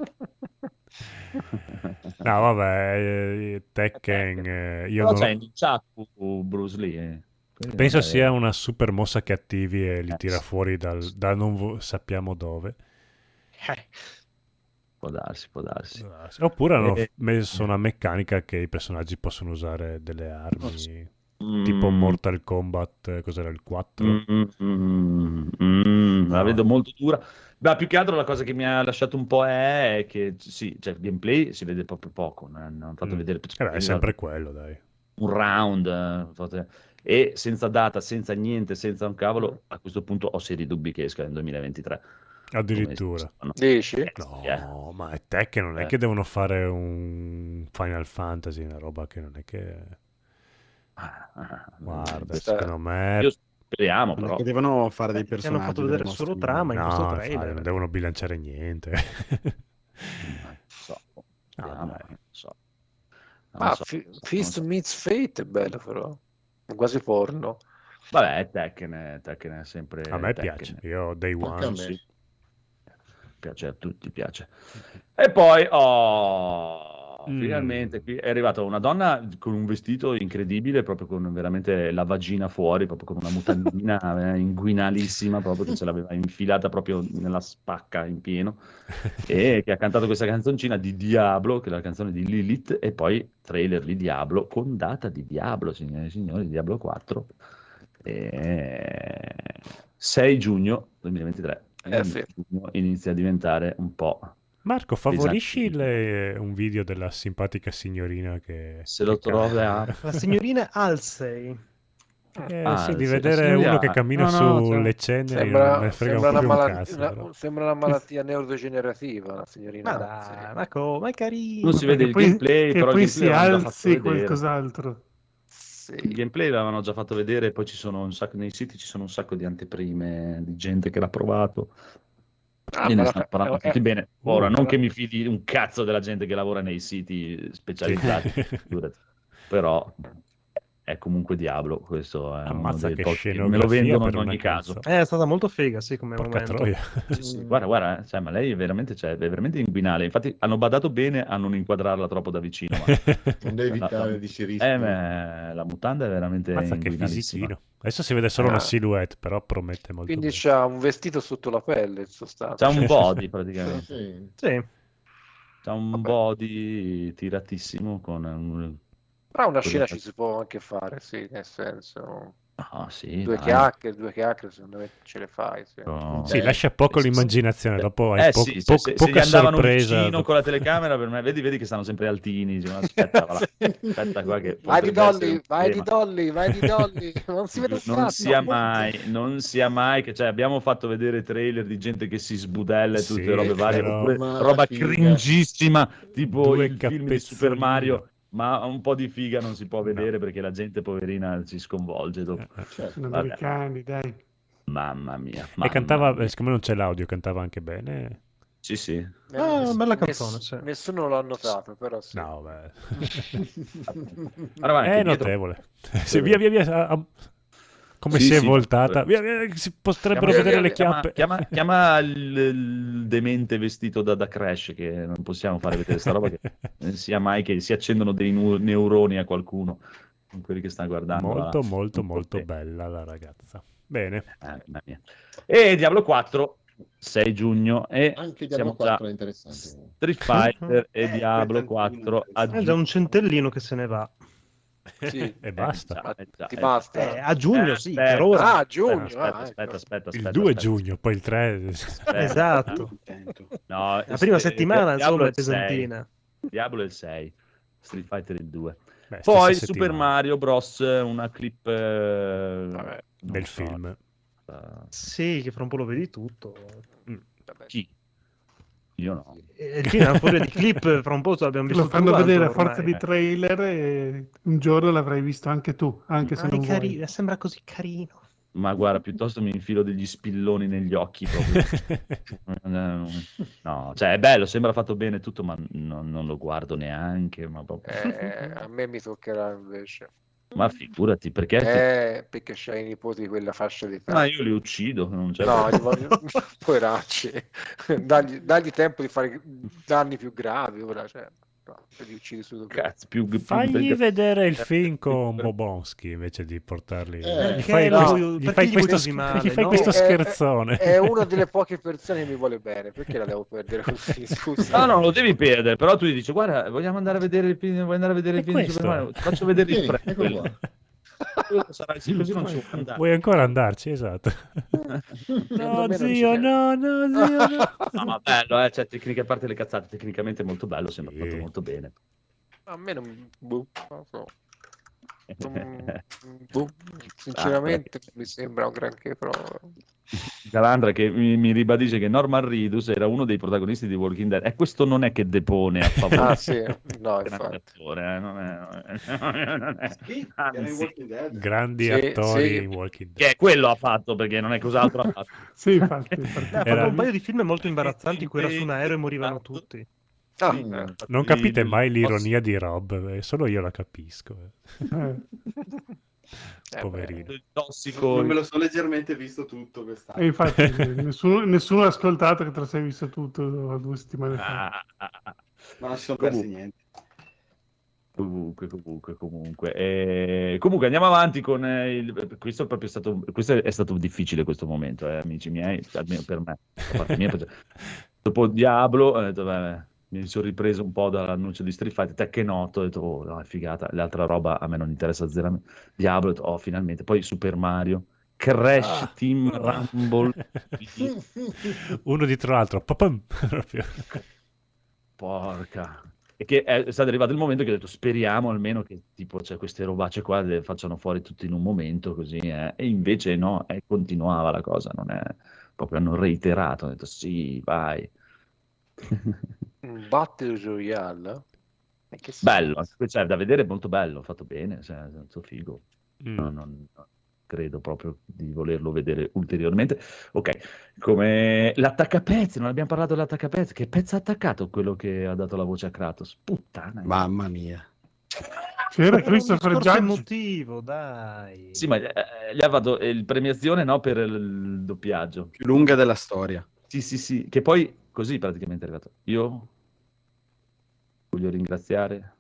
No, vabbè, eh, Tekken, eh, io Però non- c'è in Chaku Bruce Lee. eh. Quindi penso vabbè, sia una super mossa che attivi e li Eh, tira sì. fuori dal, da non vo- sappiamo dove. Può darsi, può darsi. Oppure hanno Eh, messo una meccanica che i personaggi possono usare delle armi, Mm, tipo Mortal Kombat, eh, cos'era il quattro? mm, mm, mm, la No. vedo molto dura. Beh, più che altro la cosa che mi ha lasciato un po' è che sì, cioè, il gameplay si vede proprio poco. Ne hanno fatto Mm. vedere Eh beh, è sempre quello, dai. un round eh, fate- e senza data, senza niente, senza un cavolo. A questo punto ho seri dubbi che esca nel duemilaventitré. Addirittura. Come si- Dici? Eh, No, sì, eh. ma è Tekken, non è Eh. che devono fare un Final Fantasy, una roba che non è che... Ah, ah, Guarda, Questa- secondo me... Io speriamo, Non è però. che devono fare dei Ci hanno personaggi. fatto vedere delle solo mostre trama in No, questo infatti, trailer. non devono bilanciare niente. Non so, speriamo, dai. non so. Non Ah, so, Fi- non so. Fist meets Fate è bello però. Quasi porno. Vabbè, Tekken è, Tekken è sempre A me Tekken. piace, io Day Anche a One. me. Sì. Piace a tutti, piace. E poi, oh, Mm. finalmente qui è arrivata una donna con un vestito incredibile, proprio con veramente la vagina fuori, proprio con una mutandina eh, inguinalissima, proprio che ce l'aveva infilata proprio nella spacca in pieno, e che ha cantato questa canzoncina di Diablo, che è la canzone di Lilith, e poi trailer di Diablo con data di Diablo, signore e signori, Diablo quattro. E... sei giugno duemilaventitré. Eh, sì. Giugno inizia a diventare un po'... Marco, favorisci Esatto. le- un video della simpatica signorina che... Se lo che trova... La signorina Halsey. Eh, Ah, sì, di sì, vedere signorina- uno che cammina no, no, sulle cioè, ceneri non Sembra, me frega sembra una, proprio un mala- cazzo. una- però. sembra una malattia neurodegenerativa, la signorina. Ma dai, Halsey. ma, co- ma è carino. Non si vede Che il poi, gameplay, che però poi il si gameplay l'avevano già fatto alzi vedere. qualcos'altro. Sì. Il gameplay l'avevano già fatto vedere, poi ci sono un sacco, nei siti ci sono un sacco di anteprime di gente che l'ha provato. Ah, E ma ne la- stanno parlando eh, tutti eh, bene. Ora, uh, non ma- che mi fidi un cazzo della gente che lavora nei siti specializzati, figurati. Però è comunque Diablo, questo è uno Ammazza dei che pochi che me lo scenografia vendono per in ogni una caso. canzone. Eh, è stata molto figa, sì, come Porca momento. troia. Sì, sì, guarda, guarda, eh, cioè, ma lei è veramente, cioè, è veramente inguinale. Infatti hanno badato bene a non inquadrarla troppo da vicino. Ma... Non devi La- evitare la- di si rischia. Eh, ma la mutanda è veramente Ammazza che inguinalissima. fisichino. Adesso si vede solo Ah. una silhouette, però promette molto Quindi bene. c'ha un vestito sotto la pelle, in sostanza. C'ha un body praticamente. Sì. Sì. C'ha un Vabbè. body tiratissimo con un... Però una Cosa scena fa- ci si può anche fare, sì, nel senso... Ah, sì, Due dai. chiacchiere, due chiacchiere, secondo me ce le fai, sì. No. Sì, Eh, lascia poco sì, sì. l'immaginazione, dopo hai Eh po- sì, se, po- se- se poca gli andavano sorpresa. vicino dopo- con la telecamera, per me, vedi, vedi che stanno sempre altini. Dicono, aspetta, va là, aspetta qua che Vai di potrebbe essere Dolly, un vai di problema. Dolly, vai di Dolly, non si vede un Non cazzo. sia mai, non sia mai che, cioè, abbiamo fatto vedere trailer di gente che si sbudella e tutte Sì, le robe varie, però- oppure Ma roba la figa. cringissima, tipo Due il film di Super capezzolini. Mario, ma un po' di figa non si può vedere perché la gente poverina si sconvolge dopo. Eh, eh. Certo. Sono Vabbè. americani, dai. Mamma mia. E mamma cantava, mia. eh, siccome non c'è l'audio, cantava anche bene. Sì, sì. Ah, Ness- bella ness- canzone, sì. Nessuno l'ha notato, però sì. No, beh. Guarda, va, È anche dietro- notevole. Sì, via, via, via. ah, ah, Come Sì, si è sì, voltata. ma- Via, via, si potrebbero Chiama- vedere le chiama- chiappe. Chiama, chiama il, il demente vestito da, da Crash, che non possiamo fare vedere sta roba, che non sia mai che si accendono dei nu- neuroni a qualcuno, con quelli che stanno guardando. Molto, la- molto, un po' molto te. bella la ragazza. Bene. Eh, mamma mia. E Diablo quattro, sei giugno, e Anche siamo Diablo quattro già è interessante. Street Fighter e Eh, Diablo questo è il quattro a È già un centellino che se ne va. Sì. E basta. Eh, già, eh, già, Ti eh, basta. Eh, a giugno, Eh, sì, aspetta. per ora. Ah, a giugno. Aspetta, ah, aspetta, ecco. aspetta, aspetta, Il due aspetta. giugno, poi il tre. Aspetta. Esatto. Contento. No, La prima eh, settimana, Diablo insomma, è il sei. pesantina. Diablo è il sei, Street Fighter il due. Beh, Poi stessa Super settimana Mario Bros, una clip eh, Vabbè. non del so, film. eh, Sì, che fra un po' lo vedi tutto. Vabbè. chi? Io no. E il film è una furia di clip, fra un po' l'abbiamo visto Lo fanno tutto vedere a quanto forza ormai. di trailer e un giorno l'avrai visto anche tu, anche se Ma è non vuoi. carino, sembra così carino. Ma guarda, piuttosto mi infilo degli spilloni negli occhi proprio. No, cioè è bello, sembra fatto bene tutto, ma non, non lo guardo neanche. Ma, proprio... Eh, a me mi toccherà invece. ma figurati, perché? Eh, perché c'hai i nipoti di quella fascia di età. Ma io li uccido, non c'è No, li voglio... poveracci. Dagli, dagli tempo di fare danni più gravi ora, cioè. No, li uccidi subito. Cazzo, più, più Fagli perché- vedere il film con Bobonski invece di portarli. Eh, gli fai, no, questo, perché gli fai gli vuoi questo, così male, gli fai no? questo È- scherzone. È, è una delle poche persone che mi vuole bene, perché la devo perdere così? Scusa. No, no, lo devi perdere, però tu gli dici, guarda, vogliamo andare a vedere il film, vuoi andare a vedere il È film di questo. Super Mario? Ti faccio vedere il Vieni, prezzo. eccolo qua. Sarà- sì, così non ci vuoi andare. Vuoi ancora andarci? Esatto. No, Almeno zio, dice- no, no, zio, no. No, ma bello, eh, cioè, tecnica, a parte le cazzate, tecnicamente è molto bello, sembra Sì. fatto molto bene. A me non, boh, non so. Non- boh, sinceramente non mi sembra un granché, però Calandra che mi, mi ribadisce che Norman Reedus era uno dei protagonisti di Walking Dead, e questo non è che depone a favore ah sì, no, del infatti. attore, eh, non è, non è- non è- Sì, era in anzi, Walking Dead. Grandi Sì, attori sì. in Walking Dead. che è quello ha fatto, perché non è cos'altro ha fatto. Sì, infatti. infatti. Ha fatto Era- un paio di film molto imbarazzanti in cui era su un aereo e morivano tutti. Ah, Sì, eh. Non capite mai l'ironia di Rob, eh, solo io la capisco. eh. Eh. Eh, Poverino. Il tossico, Non me lo so leggermente visto tutto quest'anno. E infatti nessuno, nessuno ha ascoltato che te lo sei visto tutto due settimane fa. Ah, ah, ah. Ma non si sono persi Comunque. niente. Comunque, comunque, comunque. Eh, comunque andiamo avanti con eh, il... Questo è proprio stato... Questo è stato difficile questo momento, eh, amici miei, almeno per me. Da parte mia, perché- Dopo Diablo, ho detto, beh, mi sono ripreso un po' dall'annuncio di Street Fighter, Tekken otto, ho detto, oh, no, è figata, l'altra roba a me non interessa zero. Diablo, ho detto, oh, finalmente. Poi Super Mario, Crash Ah. Team Rumble, Uno dietro l'altro, papam, proprio. porca. E che è stato arrivato il momento che ho detto, speriamo almeno che tipo cioè, queste robacce qua le facciano fuori tutte in un momento così, eh. E invece no, e continuava la cosa, non è proprio, hanno reiterato, hanno detto sì, vai. un Battle Royale? E che Bello, senso? cioè, da vedere è molto bello, fatto bene, cioè, molto figo. Mm. No, non, non credo proprio di volerlo vedere ulteriormente. Ok, come l'attaccapezzi, non abbiamo parlato dell'attaccapezzi, che pezzo ha attaccato quello che ha dato la voce a Kratos? Puttana. Mamma mia. C'era Un Christopher discorso Judge. emotivo, dai. Sì, ma eh, gli ha fatto il premiazione no, per il doppiaggio. Più lunga della storia. Sì, sì, sì, che poi così praticamente è arrivato. Io voglio ringraziare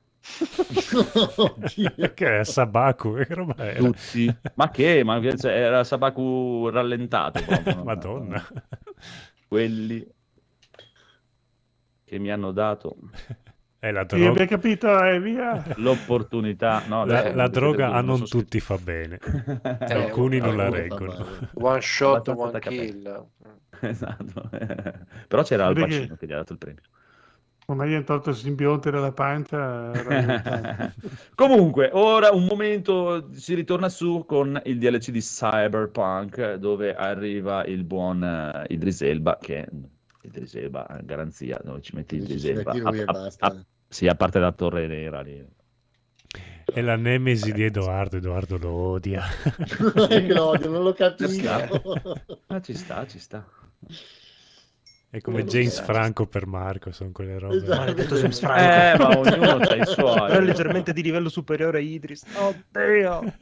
Oddio. Che è Sabaku, che roba era? tutti. Ma che? Ma che- cioè, era Sabaku rallentato proprio, no? Madonna. Quelli che mi hanno dato È la Sì, droga, abbiamo capito, e via. l'opportunità. No, la, adesso la potete droga vedere, a non so se- tutti fa bene. Eh, Alcuni non la alcuni fa reggono. male. One shot, Abbastanza one attaccapelli. kill. Esatto. Però c'era Al Vedi che- Pacino che gli ha dato il premio. Ormai gli hanno tolto il simbionte dalla pancia. era- Comunque, ora un momento, si ritorna su con il D L C di Cyberpunk, dove arriva il buon eh, Idris Elba, che Idris Elba a garanzia, dove ci metti Idris Ci Elba. metti lui e A- a- basta. a- sì, a parte la torre nera lì. È la nemesi di Edoardo, Edoardo lo odia. Che lo odio, non lo capisco. Ah, ci sta, ci sta. È come Non lo James so. Franco per Marco, sono quelle robe. Esatto. Maledetto James Franco. Eh, ma ognuno ha i Però è suoi. leggermente di livello superiore a Idris. Oddio!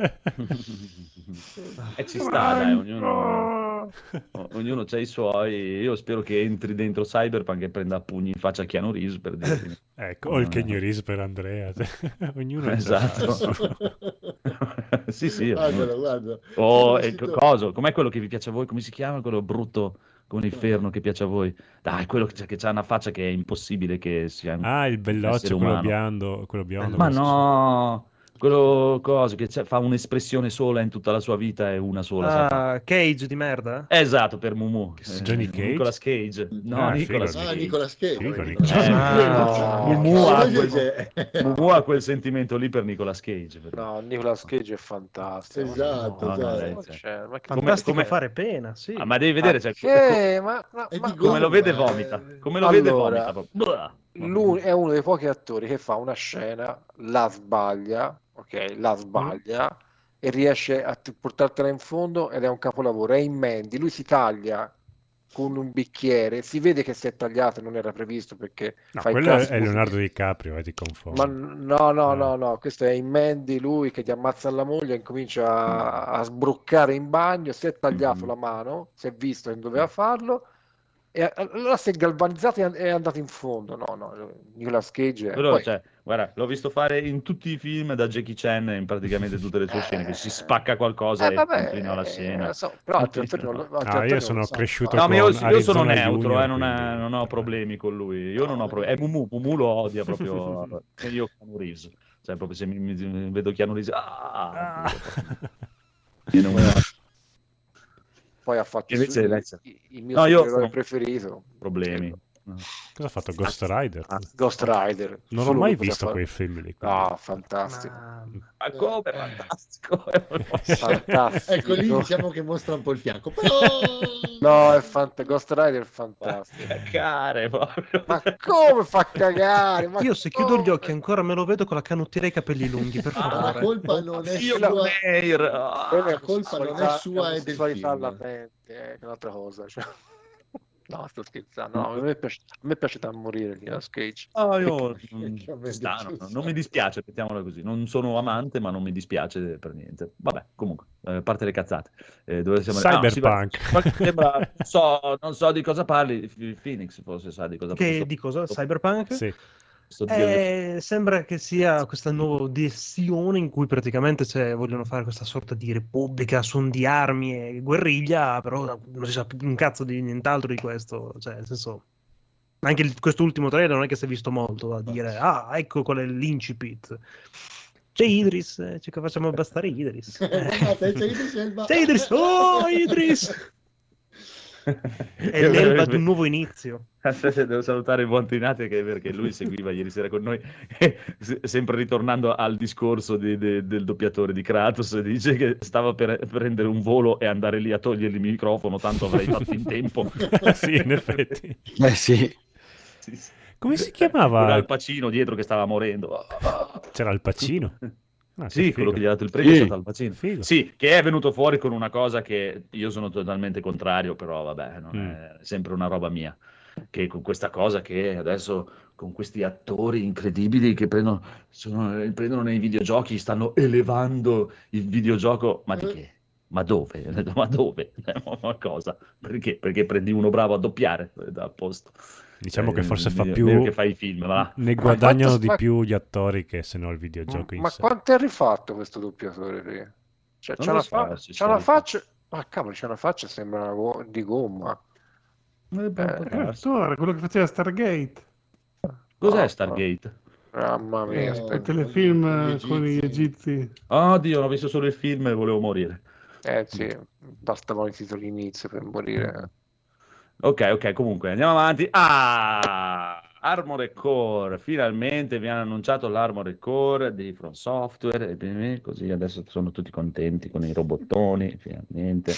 E ci sta, dai, ognuno, o- ognuno ha i suoi. Io spero che entri dentro Cyberpunk e prenda a pugni in faccia a Keanu Reeves per dirti. Ecco, o il Kenyoris per Andrea. Ognuno Esatto. c'ha il suo. Sì, sì. Guardalo, guarda. O Sono e uscito- co- coso, com'è quello che vi piace a voi? Come si chiama quello brutto come l'inferno che piace a voi? Dai, quello che, che ha una faccia che è impossibile che sia un Ah, il essere belloccio, quello umano. biondo, quello biondo. Ma questo- no, quello coso che c'è- fa un'espressione sola in tutta la sua vita e una sola. sa fare. Ah, Cage di merda? Esatto, per Mumu. Che- Johnny Cage? Nicolas Cage. No, Ah, Nicolas figo. Ah, Cage. Nicolas Cage. Figo, Nicolas Nicolas Eh, Cage. no. Mumu ha Ah, quel, invece- Mumu ha quel sentimento lì per Nicolas Cage. per- No, Nicolas Cage è fantastico. Esatto, Ma no, esatto. ma c'è- ma che- Fantastico come- fare pena, sì. Ah, ma devi vedere, cioè, Che- ma- ma- È ma- di come lo vede gomma, vomita. eh. Come lo vede Allora, vomita. proprio. Blah. Lui è uno dei pochi attori che fa una scena, la sbaglia, ok, la sbaglia, e riesce a t- portartela in fondo ed è un capolavoro. È in Mandy, lui si taglia con un bicchiere, si vede che si è tagliato, non era previsto perché No, fa il quello è classico. Leonardo DiCaprio, eh, ti Ma confondo. no, no, Ah. no, no, questo è in Mandy, lui che ti ammazza la moglie e comincia a, a sbroccare in bagno, si è tagliato Mhm. la mano, si è visto che non doveva farlo e allora si è galvanizzato e è andato in fondo. No, no, Nicolas Cage è... Quello, Poi, cioè, guarda, l'ho visto fare in tutti i film da Jackie Chan in praticamente tutte le sue scene, che si spacca qualcosa eh, e vabbè, continua la eh, scena. so, però altri attori non, lo- altri Ah, attori io non sono lo sanno cresciuto fare. No, ma io, con io sono Arizona neutro, Junior, eh, non, è- quindi non ho per me. problemi con lui. Io non ho problemi. È Mumu, Mumu lo odia proprio. E io Keanu Reeves. Cioè, proprio se mi, mi- vedo Keanu Reeves, ah, Ah. e non- Poi ha fatto il, Invece suo- lei- il- il mio No, io supereroe sono- preferito, problemi. Cosa ha fatto Ghost Rider? Ghost Rider. Non ho Solo mai lui poteva visto fare- quei film lì. quindi- Ah, fantastico. Ma- Ma come? Fantastico! Fantastico. Ecco, lì diciamo che mostra un po' il fianco. Però... No, è fant- Ghost Rider è fantastico. Cacare proprio. Ma come fa cagare? Ma Io se chiudo gli come? occhi ancora me lo vedo con la canottiera e i capelli lunghi, per Ma la favore. colpa non è Io sua. Meir. Ah. Quella è la colpa non è sua, è del sessualità film. latente, è un'altra cosa. Cioè. No, sto scherzando. No, a me piace, a me piace da morire Nicolas Cage. Ah, io Che- mm, che a me ci sta, piace no, un non mi sacco. dispiace, mettiamola così. Non sono amante, ma non mi dispiace per niente. Vabbè, comunque, eh, a parte le cazzate. Eh, dove siamo? Ah, sì, Cyberpunk. guarda, sembra- non, so, non so di cosa parli. F- Phoenix forse sa di cosa Che parli. di cosa? Cyberpunk? Sì. Sto dio del- Eh, sembra che sia questa nuova direzione in cui praticamente cioè, vogliono fare questa sorta di repubblica, suon di armi e guerriglia, però non si sa più un cazzo di nient'altro di questo. Cioè, nel senso, anche il- quest'ultimo trailer non è che si è visto molto a dire, ah, ecco qual è l'incipit. C'è Idris, eh, ci facciamo bastare Idris. Eh, Guardate, c'è Idris Elba. C'è Idris, oh Idris! È l'elba di un nuovo inizio. Aspetta, devo salutare il buon Trinati che perché lui seguiva ieri sera con noi, se- sempre ritornando al discorso di- de- del doppiatore di Kratos, dice che stava per prendere un volo e andare lì a togliergli il microfono, tanto avrei fatto in tempo. Sì, in effetti. Eh sì. Sì, sì. Come si Con chiamava? Al Pacino dietro che stava morendo. C'era Al Pacino? Ah, Sì, che quello figo. che gli ha dato il premio è Sì. stato Al Pacino. Figo. Sì, che è venuto fuori con una cosa che io sono totalmente contrario, però vabbè, non Mm. è sempre una roba mia. Che con questa cosa che adesso con questi attori incredibili che prendono, sono- prendono nei videogiochi, stanno elevando il videogioco, ma di che? Ma dove? Ma dove? Ma cosa? Perché? Perché prendi uno bravo a doppiare da a posto. Diciamo Eh, che forse fa meglio- più... meglio che fai i film, va. Ne Ma guadagnano quanto- di ma- più gli attori che se no il videogioco in Ma sé. quanto è rifatto questo doppiatore qui? Cioè, Non c'ha lo una, so fa- se c'ha c'è una rifatto. faccia. Ma cavolo, c'ha una faccia, sembra una go- di gomma. Eh, può Eh, Eh, darsi. l'attore, quello che faceva Stargate, Cos'è Ah, Stargate? Mamma mia, Eh, aspetta. il telefilm Gli eh, con gli egizi. Oddio, ho visto solo il film e volevo morire. Eh sì, bastavano i titoli inizio per morire. Ok, ok, comunque andiamo avanti. Ah, Armored Core, finalmente vi hanno annunciato l'Armored Core di From Software, e così adesso sono tutti contenti con i robottoni, finalmente.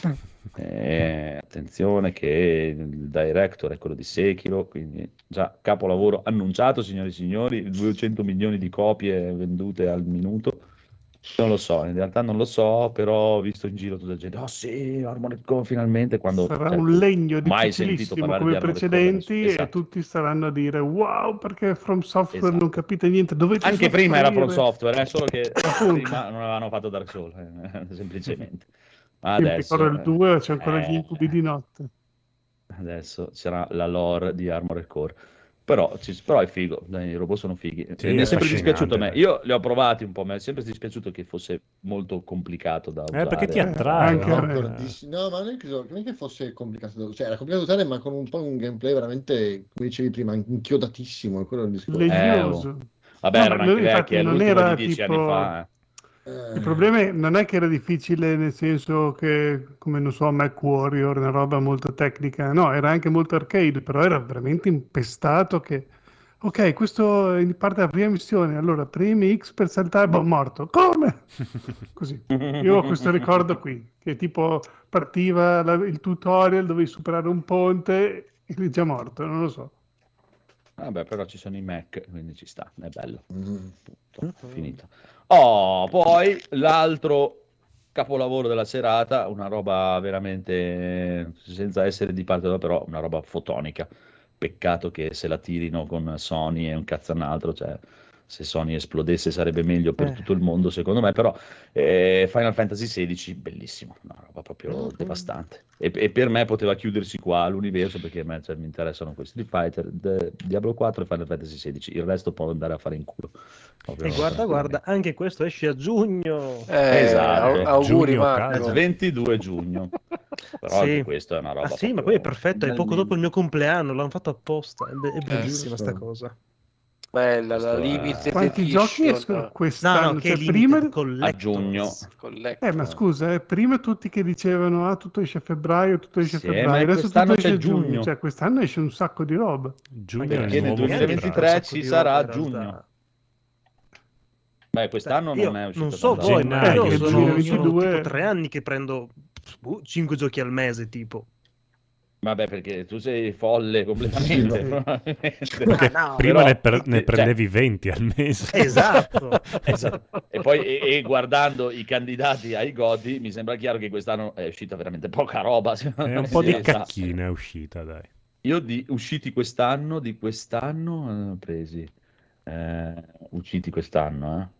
Eh, attenzione che il director è quello di Sekiro, quindi già capolavoro annunciato, signori e signori, duecento milioni di copie vendute al minuto. Non lo so, in realtà non lo so, però ho visto in giro tutta la gente, oh sì, Armored Core finalmente, quando Sarà cioè, un legno mai sentito difficilissimo parlare come di i Armored Core da precedenti nessuno. e Esatto. tutti staranno a dire wow perché From Software Esatto. non capite niente, dovete Anche prima era From soffrire. Software, eh, solo che Appunto. prima non avevano fatto Dark Souls, eh, semplicemente. Ma Io mi adesso, ricordo il eh, due, c'è ancora gli eh, incubi di notte. adesso c'era la lore di Armored Core. Però, ci- però è figo, dai, i robot sono fighi. Sì, E mi è è sempre affascinante, dispiaciuto a me. dai. Io li ho provati un po', mi è sempre dispiaciuto che fosse molto complicato da usare. Eh, perché ti Eh, attrae, anche no? a me. D'accordissimo. No, ma non è, che, non è che fosse complicato da cioè era complicato da usare, ma con un po' un gameplay veramente, come dicevi prima, inchiodatissimo, è quello il discorso. Legnoso. Vabbè, No, erano ma anche lui, infatti, vecchi, è non l'ultimo era di dieci tipo- anni fa. eh. Eh, Il problema è- non è che era difficile nel senso che, come non so, Mac Warrior, una roba molto tecnica, no, era anche molto arcade, però era veramente impestato che, ok, questo è parte della prima missione, allora premi X per saltare, boh, morto, come? Così. Io ho questo ricordo qui, che tipo partiva la- il tutorial, dovevi superare un ponte e lui è già morto, non lo so. Vabbè, però ci sono i Mac, quindi ci sta, è bello. mm. Punto. Finito. Oh, poi l'altro capolavoro della serata, una roba veramente, senza essere di parte, però una roba fotonica. Peccato che se la tirino con Sony e un cazzo e un altro, cioè se Sony esplodesse sarebbe meglio per Eh. tutto il mondo, secondo me, però eh, Final Fantasy sedici, bellissimo, una roba proprio devastante. E, e per me poteva chiudersi qua l'universo, perché a me cioè, mi interessano questi Street Fighter, The- Diablo quattro e Final Fantasy sedici, il resto può andare a fare in culo. Proprio E guarda, guarda, anche questo esce a giugno. Eh, Esatto. au- auguri Giugno, Marco. casa. ventidue giugno. Però Sì. anche questo è una roba Ah sì, ma proprio poi è perfetto, è poco bellissima. dopo il mio compleanno, l'hanno fatto apposta, è, be- è bellissima giusto. sta cosa. Bella, la Questo è- limited Quanti edition. giochi escono No, quest'anno? no, che Cioè, limited prima... collectors. A giugno. Collector. Eh, ma scusa, eh, prima tutti che dicevano ah, tutto esce a febbraio, tutto esce a Sì, ma febbraio, adesso quest'anno tutto esce c'è a giugno. giugno. Cioè, quest'anno esce un sacco di roba. Giugno è Perché il nel nuovo duemilaventitré febbraio. ci sarà a in realtà. giugno. Beh, quest'anno Io non è uscito non so tanto. voi, ma Gennaio, io giugno. sono, sono duemilaventidue. tipo tre anni che prendo cinque giochi al mese, tipo. Vabbè, perché tu sei folle completamente. Sì. probabilmente. Perché Ah, no, prima però ne, per- tutti- ne cioè, prendevi venti al mese. Esatto. esatto. E poi e, e guardando i candidati ai Godi, mi sembra chiaro che quest'anno è uscita veramente poca roba. secondo È me. un po' Sì, di esatto. cacchina è uscita, dai. Io di usciti quest'anno, di quest'anno eh, presi. Eh, usciti quest'anno, eh.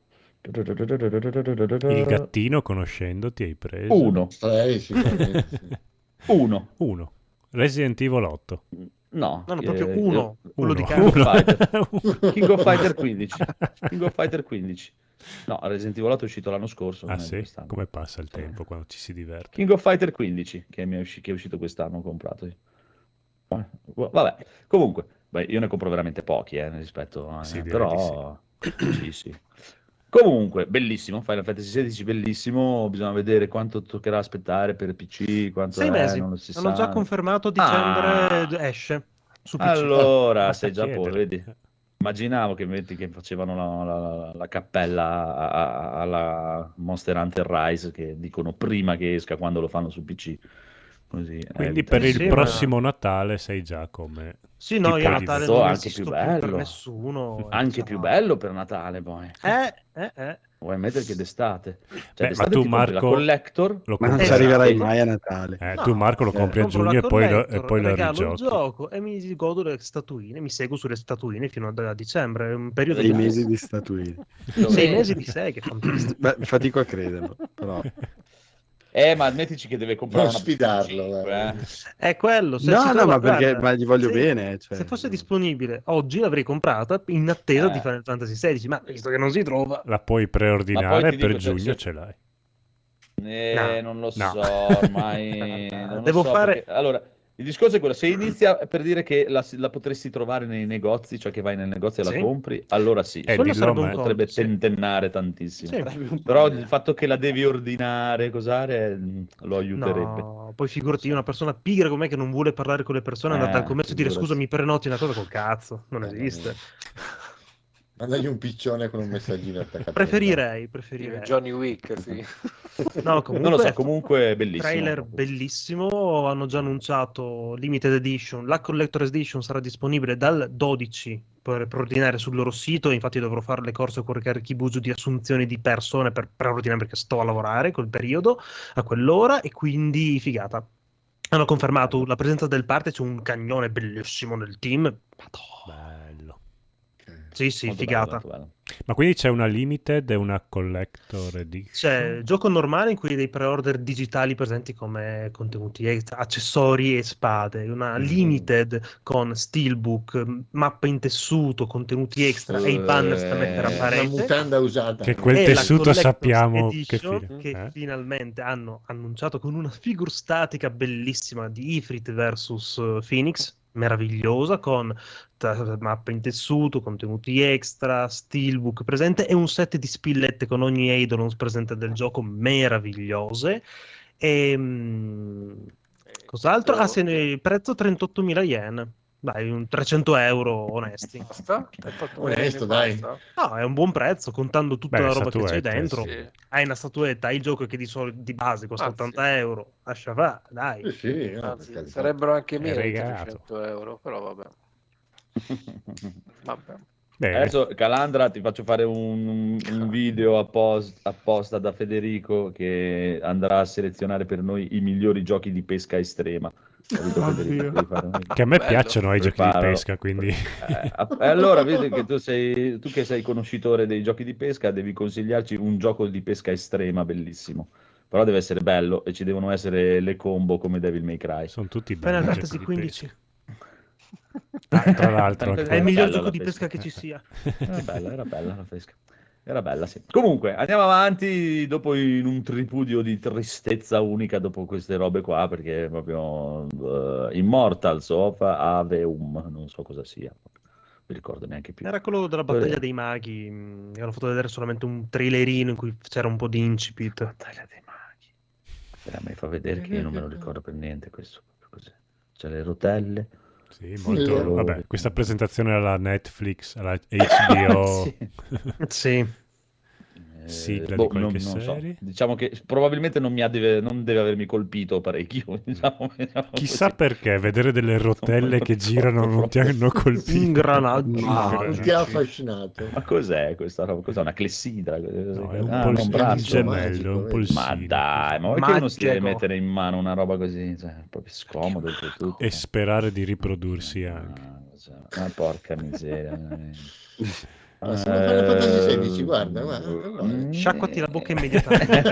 Il gattino, conoscendoti, hai preso? Uno. Sei sicuramente. sì. Uno. Uno. Resident Evil otto. No. No, no, eh, proprio io- uno, quello di Uno. King of Uno. Fighter. King of Fighter quindici. King of Fighter quindici. No, Resident Evil otto è uscito l'anno scorso. Ah non è sì? quest'anno. Come passa il tempo quando ci si diverte? King of Fighter quindici, che, mi è, usci- che è uscito quest'anno, ho comprato io. Eh, Vabbè, comunque, beh, io ne compro veramente pochi, eh, rispetto a... Sì, direi però... Sì, sì. Comunque, bellissimo, Final Fantasy sedici, bellissimo, bisogna vedere quanto toccherà aspettare per P C, quanto Sei è, mesi. non lo si Hanno sa. già confermato dicembre Ah. esce su P C. Allora, Basta sei già a posto, chiedere. vedi? Immaginavo che, metti, che facevano la, la- la cappella a- a- alla Monster Hunter Rise, che dicono prima che esca, quando lo fanno su P C. Così, Quindi evita per di- il sì, ma- prossimo Natale sei già come... Sì, no, io a tipo di- Natale So, non anche esisto più più per bello. nessuno. Anche cioè, più no. bello per Natale poi. Eh, eh, eh. Vuoi mettere che d'estate? Cioè, Beh, d'estate ma tu, ti compri Marco, la Collector. Lo Ma non compri- ci Esatto. arriverai mai a Natale. Eh, No, tu Marco lo eh, compri a Compro la giugno e poi lo, e collector, poi lo regalo il rigiochi. gioco e mi godo le statuine, mi seguo sulle statuine fino a, a dicembre, è un periodo Sei di mesi di statuine. sei mesi di sei, che fantastico. Beh, fatico a crederlo, però. Eh, ma mettici che deve comprare Non una sfidarlo, P S cinque, guarda. eh. È quello. Se No, si no, trova- ma perché guarda, ma gli voglio se- bene. Cioè... Se fosse disponibile oggi l'avrei comprata in attesa Eh. di Final Fantasy sedici, ma visto che non si trova, La puoi Ma preordinare poi ti per dico, cioè, giugno, se- ce l'hai. Eh, No. non lo No. so, ormai non lo Devo so, fare- perché- Allora, il discorso è quello, se inizia per dire che la, la potresti trovare nei negozi, cioè che vai nel negozio e Sì. la compri, allora sì, Eh, quello dillo sarebbe a un me. potrebbe conto, sì. tentennare tantissimo. Sì. Però il fatto che la devi ordinare, cosare, mh, lo aiuterebbe. No, poi figurati una persona pigra come me che non vuole parlare con le persone, andare Eh, al commercio e dire figurati. scusa mi prenoti una cosa col cazzo, non Eh, esiste. Mandagli un piccione con un messaggino attaccato. Preferirei, preferirei. Johnny Wick, sì. No, comunque, Non lo so, comunque è bellissimo. trailer bellissimo, hanno già annunciato Limited Edition, la Collector's Edition sarà disponibile dal dodici per preordinare sul loro sito, infatti dovrò fare le corse con Kibuju di assunzione di persone per preordinare perché sto a lavorare quel periodo, a quell'ora, e quindi figata. Hanno confermato la presenza del parte, c'è un cagnone bellissimo nel team. Madonna. Bello. Sì, sì, Molto figata. bello, molto bello. Ma quindi c'è una limited e una collector edition? C'è gioco normale in cui hai dei pre-order digitali presenti come contenuti extra, accessori e spade, una Mm. limited con steelbook, mappe in tessuto, contenuti extra e i banner da mettere a Eh, Una parete. mutanda usata. Che quel E la tessuto Collector's sappiamo che Edition, fine. che eh? finalmente hanno annunciato con una figure statica bellissima di Ifrit versus uh, Phoenix, meravigliosa, con t- mappe in tessuto, contenuti extra, steelbook presente e un set di spillette con ogni Eidolons presente del gioco meravigliose. E, mm, cos'altro? Ah, se ne- il prezzo trentottomila yen. Dai, un trecento euro onesti. Basta? Hai fatto un Onesto, bene, dai. basta? No, è un buon prezzo, contando tutta Beh, la le roba che c'è statuette, dentro. Sì. Hai una statuetta, hai il gioco che di solito di base costa Anzi. ottanta euro. Lascia fare, dai. Sì, sì, no, per Anzi, carità. sarebbero anche È meno di regalato. trecento euro, però vabbè. Vabbè. Bene. Adesso Calandra ti faccio fare un, un video appos- apposta da Federico che andrà a selezionare per noi i migliori giochi di pesca estrema. Capito, Federico? Oddio. Devi fare un- Che a me Bello. piacciono i giochi di Preparalo. pesca, quindi... Eh, app- e allora vedi che tu sei tu che sei conoscitore dei giochi di pesca, devi consigliarci un gioco di pesca estrema bellissimo. Però deve essere bello e ci devono essere le combo come Devil May Cry. Sono tutti belli. Final i Fantasy giochi di quindici. pesca. Ah, tra l'altro, anche È il Era miglior bella gioco la di pesca. pesca che ci sia. Era bella, era bella la pesca. Era bella, sì. Comunque, andiamo avanti dopo in un tripudio di tristezza unica dopo queste robe qua, perché proprio uh, Immortals of Aveum, non so cosa sia. Non mi ricordo neanche più. Era quello della battaglia dei maghi. mh, Hanno fatto vedere solamente un trailerino in cui c'era un po' di incipit. Battaglia dei maghi. Eh, mi fa vedere che io non me lo ricordo per niente questo. Cos'è? C'è le rotelle. Sì, molto... Sì. Vabbè, questa presentazione alla Netflix, alla H B O... Sì. Sì. Eh, Sigla boh, di qualche non- non so. serie. Diciamo che probabilmente non, mi ha deve, non deve avermi colpito parecchio. Diciamo, diciamo Chissà così. perché vedere delle rotelle che girano non ti hanno colpito. Ingranaggio. Ah, Ingranaggio. non ti ha affascinato. Ma cos'è questa roba? Cos'è una clessidra? No, è un Ah, pol- un un braccio. gemello, un polsino. Ma dai, ma vuoi che uno si deve Magico. mettere in mano una roba così? Cioè, è proprio scomodo per tutto. E sperare di riprodursi anche. Ah, cioè, ma porca miseria. veramente. Ma sono Final Fantasy sedici, guarda, guarda, Mm. guarda. Sciacquati la bocca immediatamente.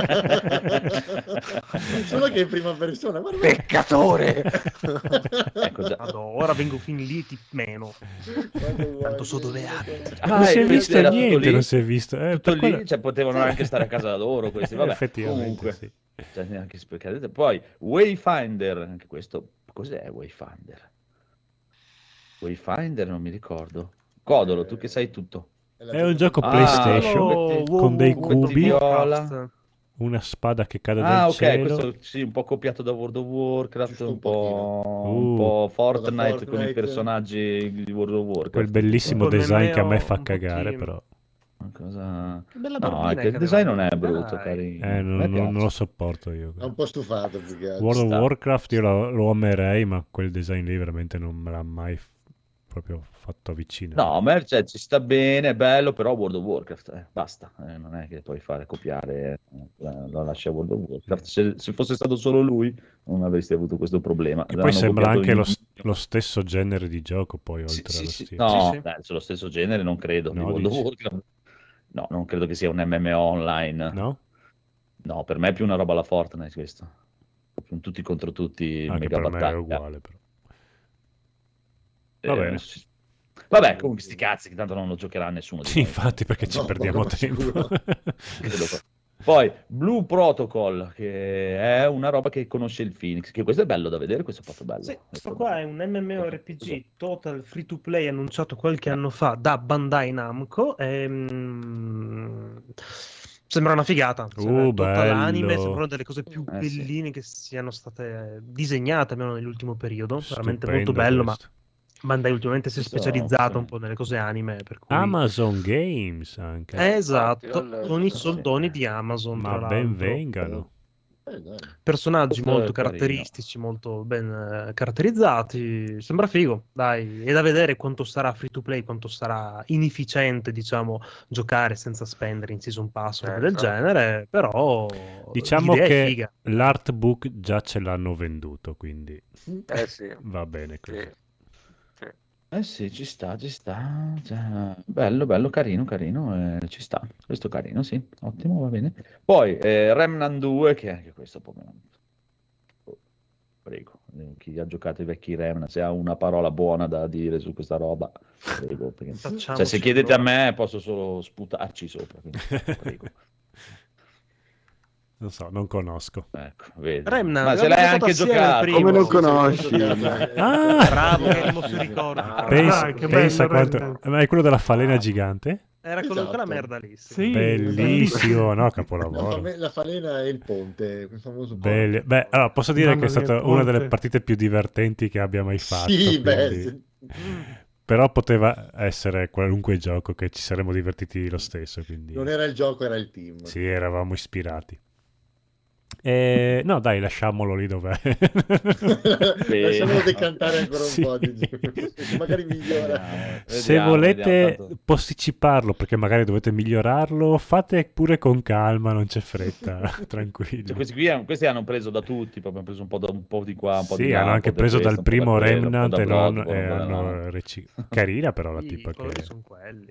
Solo che in prima persona, guarda, Peccatore! Ecco, già. Vado, ora vengo fin lì e ti meno. guarda, guarda, Tanto so dove abiti. Ah, Non si è e visto era tutto niente, lì? non si è visto. Eh, Tutto per quello- lì, cioè, potevano anche stare a casa da loro questi, vabbè, Effettivamente, comunque. sì. Cioè, neanche sprecare. Poi Wayfinder, anche questo, cos'è Wayfinder? Wayfinder non mi ricordo. Codolo, tu che sai tutto. È un gioco Ah, PlayStation oh, con dei wow, cubi, viola. una spada che cade Ah, dal ok, cielo. questo sì, un po' copiato da World of Warcraft, Giusto un un po', pochino. un Uh. po' Fortnite, Da con i Fortnite. personaggi di World of Warcraft. Quel bellissimo Un po' design che a me nemmeno fa un cagare, pochino. però. Una cosa... Che bella No, barbina è che il che design aveva. non è brutto, Dai. carino. Eh, A non, me non- non lo piace. sopporto io. È un po' stufato più che altro. World of sta. Warcraft io lo, lo amerei, ma quel design lì veramente non me l'ha mai f- proprio fatto avvicinare. No, a me cioè, ci sta bene, è bello, però World of Warcraft, eh, basta, eh, non è che puoi fare copiare, eh, lo lascia World of Warcraft. Se, se fosse stato solo lui, non avresti avuto questo problema. Che L'hanno poi sembra copiato anche in- lo, s- lo stesso genere di gioco, poi, Sì, oltre sì, allo sì. stile. No, Sì, sì. dai, sullo stesso genere non credo, di No, World of dici? Warcraft. No, non credo che sia un M M O online. No? No, per me è più una roba alla Fortnite questo. Proprio un tutti contro tutti, Anche mega per me è battaglia. uguale, però. Eh, Va bene. sì. Vabbè, comunque sti cazzi, che tanto non lo giocherà nessuno di Sì, noi. infatti, perché ci No, perdiamo poco ma tempo. sicuro. Credo che- Poi Blue Protocol, che è una roba che conosce il Phoenix, che questo è bello da vedere, questo è fatto bello. Sì, questo qua è un MMORPG total free to play annunciato qualche anno fa da Bandai Namco. ehm, Sembra una figata. Sembra Uh, total bello. anime, sembra una delle cose più Eh, sì. belline che siano state disegnate almeno nell'ultimo periodo. Veramente Stupendo molto bello, ma questo. Bandai ultimamente si è Questo- specializzato un po' nelle cose anime, per cui... Amazon Games anche. Esatto, Infatti, con i sì. soldoni di Amazon, Ma tra ben l'altro. vengano. Eh, dai. Personaggi Questo molto è carino. caratteristici, molto ben eh, caratterizzati. Sembra figo, dai. È da vedere quanto sarà free to play, quanto sarà inefficiente, diciamo, giocare senza spendere in season pass o roba del Esatto. genere. Però Diciamo l'idea è che figa. l'artbook già ce l'hanno venduto, quindi Eh sì, va bene così. sì. Eh sì, ci sta, ci sta. Cioè, bello, bello, carino, carino. eh, ci sta. Questo carino, sì. Ottimo, va bene. Poi eh, Remnant due, che anche questo poi... Oh, prego, eh, chi ha giocato i vecchi Remnant, se ha una parola buona da dire su questa roba, prego. Perché... Facciamoci Cioè, se chiedete a provare. me, posso solo sputarci sopra. Quindi, prego. Non so, non conosco. Ecco, vedi. Remnant, Ma se l'hai l'abbiamo anche giocato assieme giocato. al primo. Come non Sì, sì, conosci? sì. Ah! Bravo, che non si ricorda. Ah, Pensa, dai, che pensa bello, quanto... Remnant. Ma è quello della falena gigante? Era quello Esatto. quella merda lì. sì. Sì, Bellissimo, no? La, Capolavoro. fame- la falena e il ponte, quel famoso ponte. Belli- Beh, allora, posso dire Mamma che è mia, stata il una delle ponte. partite più divertenti che abbia mai fatto. Sì, beh, quindi- sì. Però poteva essere qualunque gioco che ci saremmo divertiti lo stesso. Quindi... Non era il gioco, era il team. Sì, eravamo ispirati. Eh, no, dai, lasciamolo lì dov'è. Lasciamolo decantare ancora un Sì. po', di- magari migliora. Vediamo, Se vediamo, volete vediamo, tanto- posticiparlo, perché magari dovete migliorarlo, fate pure con calma, non c'è fretta, tranquillo. Cioè, questi, qui, questi hanno preso da tutti, proprio hanno preso un po', da, un po' di qua, un po' Sì, di là. hanno un anche po' da preso questo, dal un po' da primo quello, un po' Remnant da e, non, Bloodborne, e da- hanno reci- carina però la Sì, tipa i colori che... sono quelli.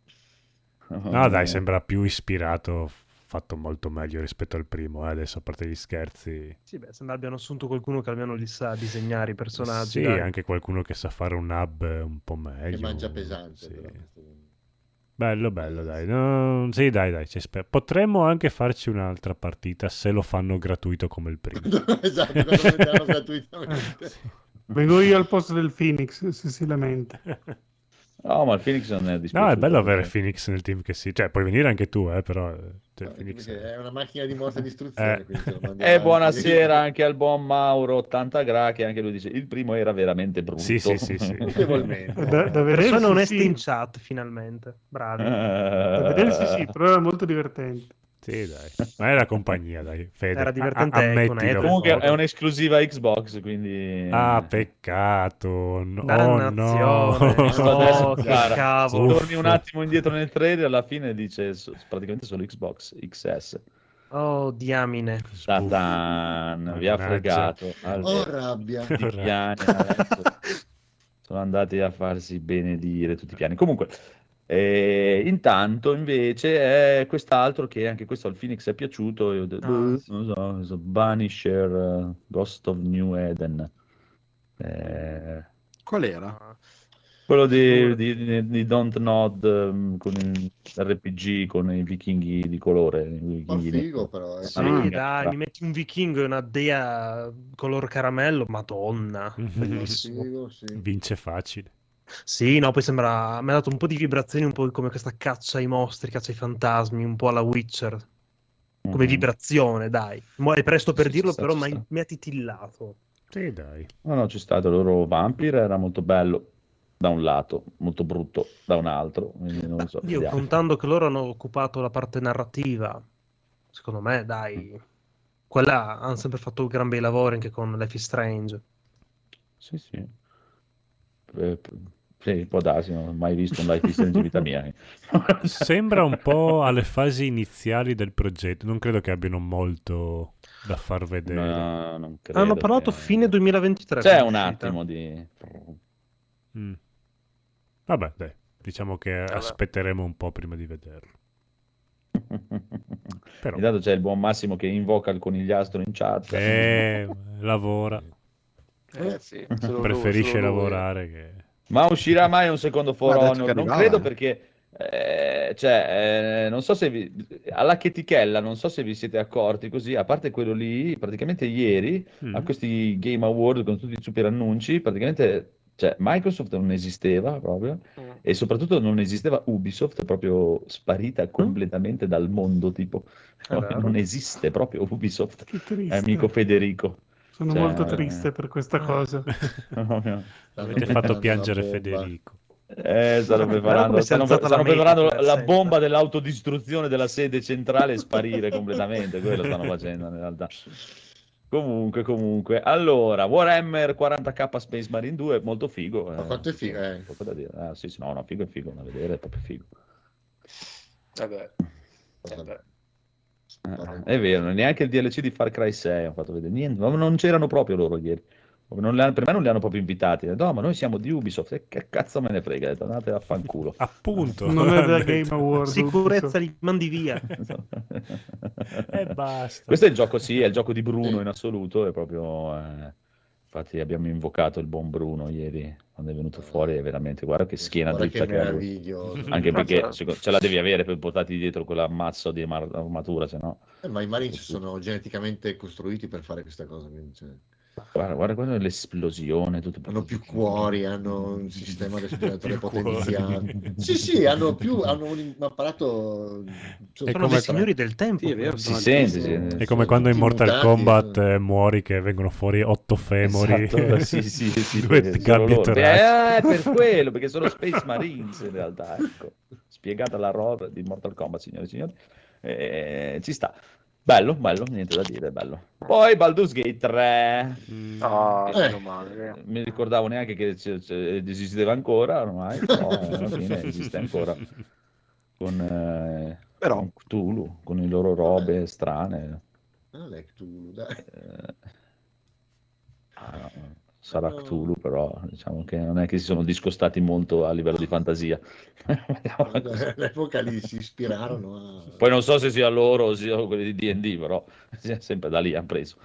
No dai, sembra più ispirato, fatto molto meglio rispetto al primo, eh, adesso a parte gli scherzi. Sì, beh, sembra abbiano assunto qualcuno che almeno li sa disegnare i personaggi. Sì, dai. anche qualcuno che sa fare un hub un po' Che meglio. mangia pesante. Sì. Però. Bello, bello, dai. No, sì, dai, dai, ci sper- potremmo anche farci un'altra partita se lo fanno gratuito come il primo. Esatto, quando lo metteranno gratuitamente. Vengo io al posto del Phoenix, se si lamenta. No, ma il Phoenix non è dispiaciuto. No, è bello avere perché- Phoenix nel team che sì. Cioè, puoi venire anche tu, eh, però... eh, Cioè, No, Phoenix... perché è una macchina di morte e distruzione. Eh. quindi se lo mandi E avanti- buonasera anche al buon Mauro ottanta gra che anche lui dice il primo era veramente brutto. Sì, sì, sì, sì. Notevolmente. Da, da Persone vedersi oneste sì, in chat, finalmente. Bravi. da vedersi sì, però era molto divertente. Sì, dai. Ma era compagnia, dai. Fede. Era a- divertente a- con ammettilo. Ethan. Comunque è un'esclusiva Xbox, quindi... Ah, peccato. No, oh, Dannazione. no. Sto adesso, No, che cara, cavolo. se torni un attimo indietro nel trailer, alla fine dice so- praticamente solo Xbox X S. Oh, diamine. Tatan, vi ha Mannaggia. fregato. Oh, Allora, rabbia. tutti i piani adesso sono andati a farsi benedire tutti i piani. Comunque, eh, intanto invece è quest'altro che anche questo al Phoenix è piaciuto. Io ho detto, Ah, "Boh, sì. non so, non so, Banisher, uh, Ghost of New Eden. Eh, Qual era? Ah, quello di, di, di- di Don't Nod um, con il R P G con i vichinghi di colore. i Ma vichinghi neri. figo però. eh. sì, Ah, dai, mi metti un vichingo e una dea color caramello, madonna, bellissimo. Figo, sì. Vince facile. Sì, no, poi sembra, mi ha dato un po' di vibrazioni, un po' come questa caccia ai mostri, caccia ai fantasmi, un po' alla Witcher, come Mhm. vibrazione, dai. Mo' è presto per Sì, ci dirlo, sta, però ci mi sta. ha- mi ha titillato. Sì, dai. No, no, c'è stato il loro Vampire, era molto bello da un lato, molto brutto da un altro, quindi non lo so, Io vediamo. contando che loro hanno occupato la parte narrativa, secondo me, dai, quella hanno sempre fatto gran bei lavori anche con Life is Strange. Sì, sì. Eh, sì, può darsi, non ho mai visto un Life is Strange in vita mia. Sembra un po' alle fasi iniziali del progetto. Non credo che abbiano molto da far vedere. No, non credo Hanno parlato che- fine duemilaventitré. C'è come un uscita. attimo di... Mm. Vabbè, dai. Diciamo che aspetteremo un po' prima di vederlo. Però, Intanto c'è il buon Massimo che invoca il conigliastro in chat. eh, lavora. Eh, sì, solo lui, Preferisce solo lui. lavorare che... Ma uscirà mai un secondo For Ma ha detto Honor? che Non arrivava, credo eh. perché, eh, cioè, eh, non so se vi, alla chetichella, non so se vi siete accorti così, a parte quello lì, praticamente ieri, Mm. a questi Game Award con tutti i super annunci, praticamente, cioè, Microsoft non esisteva proprio, Mm. e soprattutto non esisteva Ubisoft, proprio sparita completamente dal mondo, tipo, È vero. non esiste proprio Ubisoft, Che triste. amico Federico. Sono Cioè, molto triste per questa cosa. proprio- Stanno Avete fatto preparando piangere la bomba. Federico. Eh, stanno Guarda preparando, come si è stanno, alzata stanno la media preparando per la sempre. bomba dell'autodistruzione della sede centrale e sparire completamente. Quello stanno facendo in realtà. Comunque, comunque. Allora, Warhammer quaranta K Space Marine due, molto figo. Ma quanto è figo, eh. Poco da dire. Ah, sì, sì, no, no, figo è figo, da vedere, è proprio figo. Vabbè. Vabbè. Eh, è vero, neanche il D L C di Far Cry sei hanno fatto vedere niente, ma non c'erano proprio loro ieri. Non li hanno- per me non li hanno proprio invitati. Ho detto, no, ma noi siamo di Ubisoft. E che cazzo me ne frega? Ho detto, andate a fanculo. Appunto. Non è da Hanno Game detto. Award. Sicurezza, li mandi via. E basta. Questo è il gioco, sì, è il gioco di Bruno in assoluto. È proprio. eh, infatti, abbiamo invocato il buon Bruno ieri quando è venuto fuori. È veramente, guarda che schiena Guarda dritta che che ha lui. meraviglioso. Anche perché Mazza. secondo- ce la devi avere per portarti dietro quell'ammazzo di mar- armatura, se no. Eh, ma i Marines sono geneticamente costruiti per fare questa cosa. quindi, cioè, Guarda, guarda, guarda l'esplosione. Tutto... hanno più cuori, hanno un sistema respiratore Più cuori. potenziato. Sì, sì, hanno più, hanno un apparato. È Sono come- dei signori del tempo. Sì, è vero, quelli. Si sono sente, altissimi. sì. È come quando in tutti Mortal mutati, Kombat eh. eh, muori che vengono fuori otto femori. Esatto, sì, sì, sì, Due perché gabbie sono loro. toraci. Eh, per quello, perché sono Space Marines in realtà, ecco. Spiegata la lore di Mortal Kombat, signore e signori. Eh, ci sta. Bello, bello, niente da dire, bello. Poi Baldur's Gate tre. Mm, Ah, Eh. meno male. eh. Mi ricordavo neanche che c- c- esisteva ancora ormai, però alla fine esiste ancora. Con, eh, Però- con Cthulhu, con le loro robe strane. Ah, lei Cthulhu, dai. Eh, ah, no, sarà No. Cthulhu, però diciamo che non è che si sono discostati molto a livello di fantasia. Mettiamola così. All'epoca lì si ispirarono a... Poi non so se sia loro o sia quelli di D and D, però sia sempre da lì hanno preso.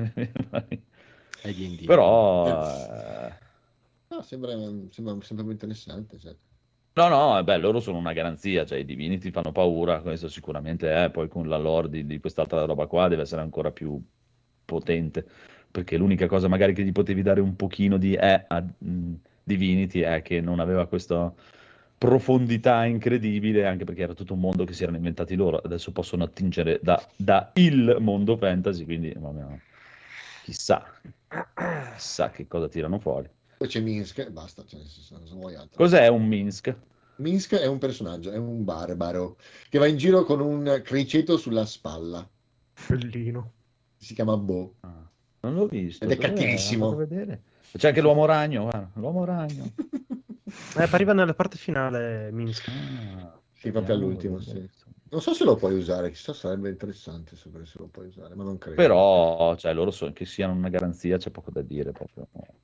È D and D. Però eh, No, sembra, sembra sempre più interessante. Cioè. no, no, è bello, loro sono una garanzia, cioè i Divinity fanno paura, questo sicuramente è, poi con la lore di, di quest'altra roba qua deve essere ancora più potente, perché l'unica cosa magari che gli potevi dare un pochino di eh, a mh, Divinity è che non aveva questa profondità incredibile, anche perché era tutto un mondo che si erano inventati loro, adesso possono attingere da, da il mondo fantasy, quindi vabbè, chissà, chissà che cosa tirano fuori. Poi c'è Minsk e basta, cioè, nel senso, non vuoi altro. Cos'è un Minsk? Minsk è un personaggio, è un bare, baro, che va in giro con un criceto sulla spalla. Bellino. Si chiama Bo. Ah, non l'ho visto. Ed è dov'è? cattivissimo. Vado a vedere. C'è anche l'uomo ragno, guarda, l'uomo ragno. Eh, arriva nella parte finale Minsk. Ah, Sì, proprio vediamo, all'ultimo, vediamo. sì. Non so se lo puoi usare, chissà, sarebbe interessante sapere se lo puoi usare, ma non credo. Però, cioè, loro so, che siano una garanzia, c'è poco da dire, proprio.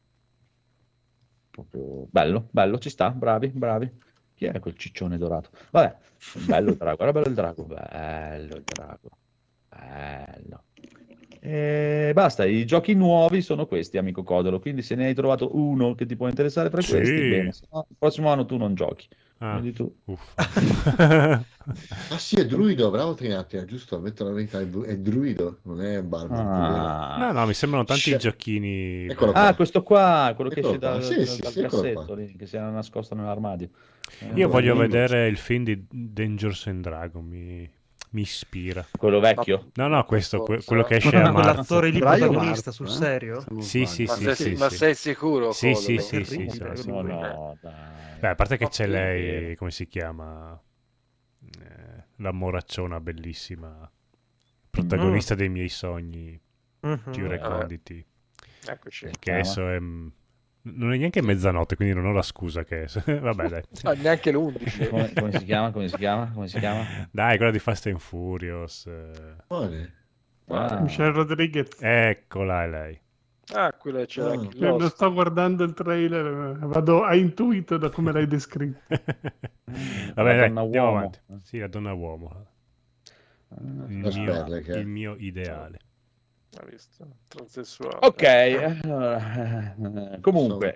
Proprio bello, bello, ci sta, bravi, bravi. Chi è quel ciccione dorato? Vabbè, bello il drago, era bello il drago, bello il drago, bello. E basta, i giochi nuovi sono questi, amico Codolo, quindi se ne hai trovato uno che ti può interessare fra Sì. questi, bene, se no, il prossimo anno tu non giochi. Ah, Quindi tu... uffa. Ah sì, è druido, bravo Trinati, è giusto, metto la verità, è, è druido, non è barba. Ah. No, no, mi sembrano tanti Sce- giochini. Eccolo qua. Ah, questo qua, quello che Eccolo esce dal, qua, sì, dal- sì, dal sì, eccolo cassetto qua. lì, che si era nascosto nell'armadio. Eh, Io voglio Bello. vedere il film di Dangerous and Dragon, mi, mi ispira. Quello vecchio? No, no, questo, que- Forza. quello che esce a marzo. Quell'attore lì Febbraio, protagonista, marzo, sul eh? serio? Se non Sì, sbaglio. sì, Ma, sì, sei, sì, ma sì. sei sicuro? Sì, Codolo? sì, sì, sì, Terribile, sì, sì. No, lui. no, dai. Beh, a parte che Ma c'è sì, lei, come si chiama? Eh, la moracciona bellissima, protagonista dei miei sogni, Mhm. più reconditi. Eccoci. Che Ah, adesso è... non è neanche mezzanotte, quindi non ho la scusa che... Vabbè, dai. Ah, neanche l'undici. Come, come si chiama? Come si chiama? Come si chiama? Dai, quella di Fast and Furious. eh. Quale? Ah. Michelle Rodriguez. Eccola, è lei. Ah, quella c'era Ah. anche Io non Lost. sto guardando il trailer, eh, vado a intuito da come l'hai descritto. Vabbè, La dai, donna andiamo uomo. avanti. Sì, la donna uomo. Il La mio, sperle che- il mio ideale. Hai visto? Transessuale. Ok, allora, eh, comunque,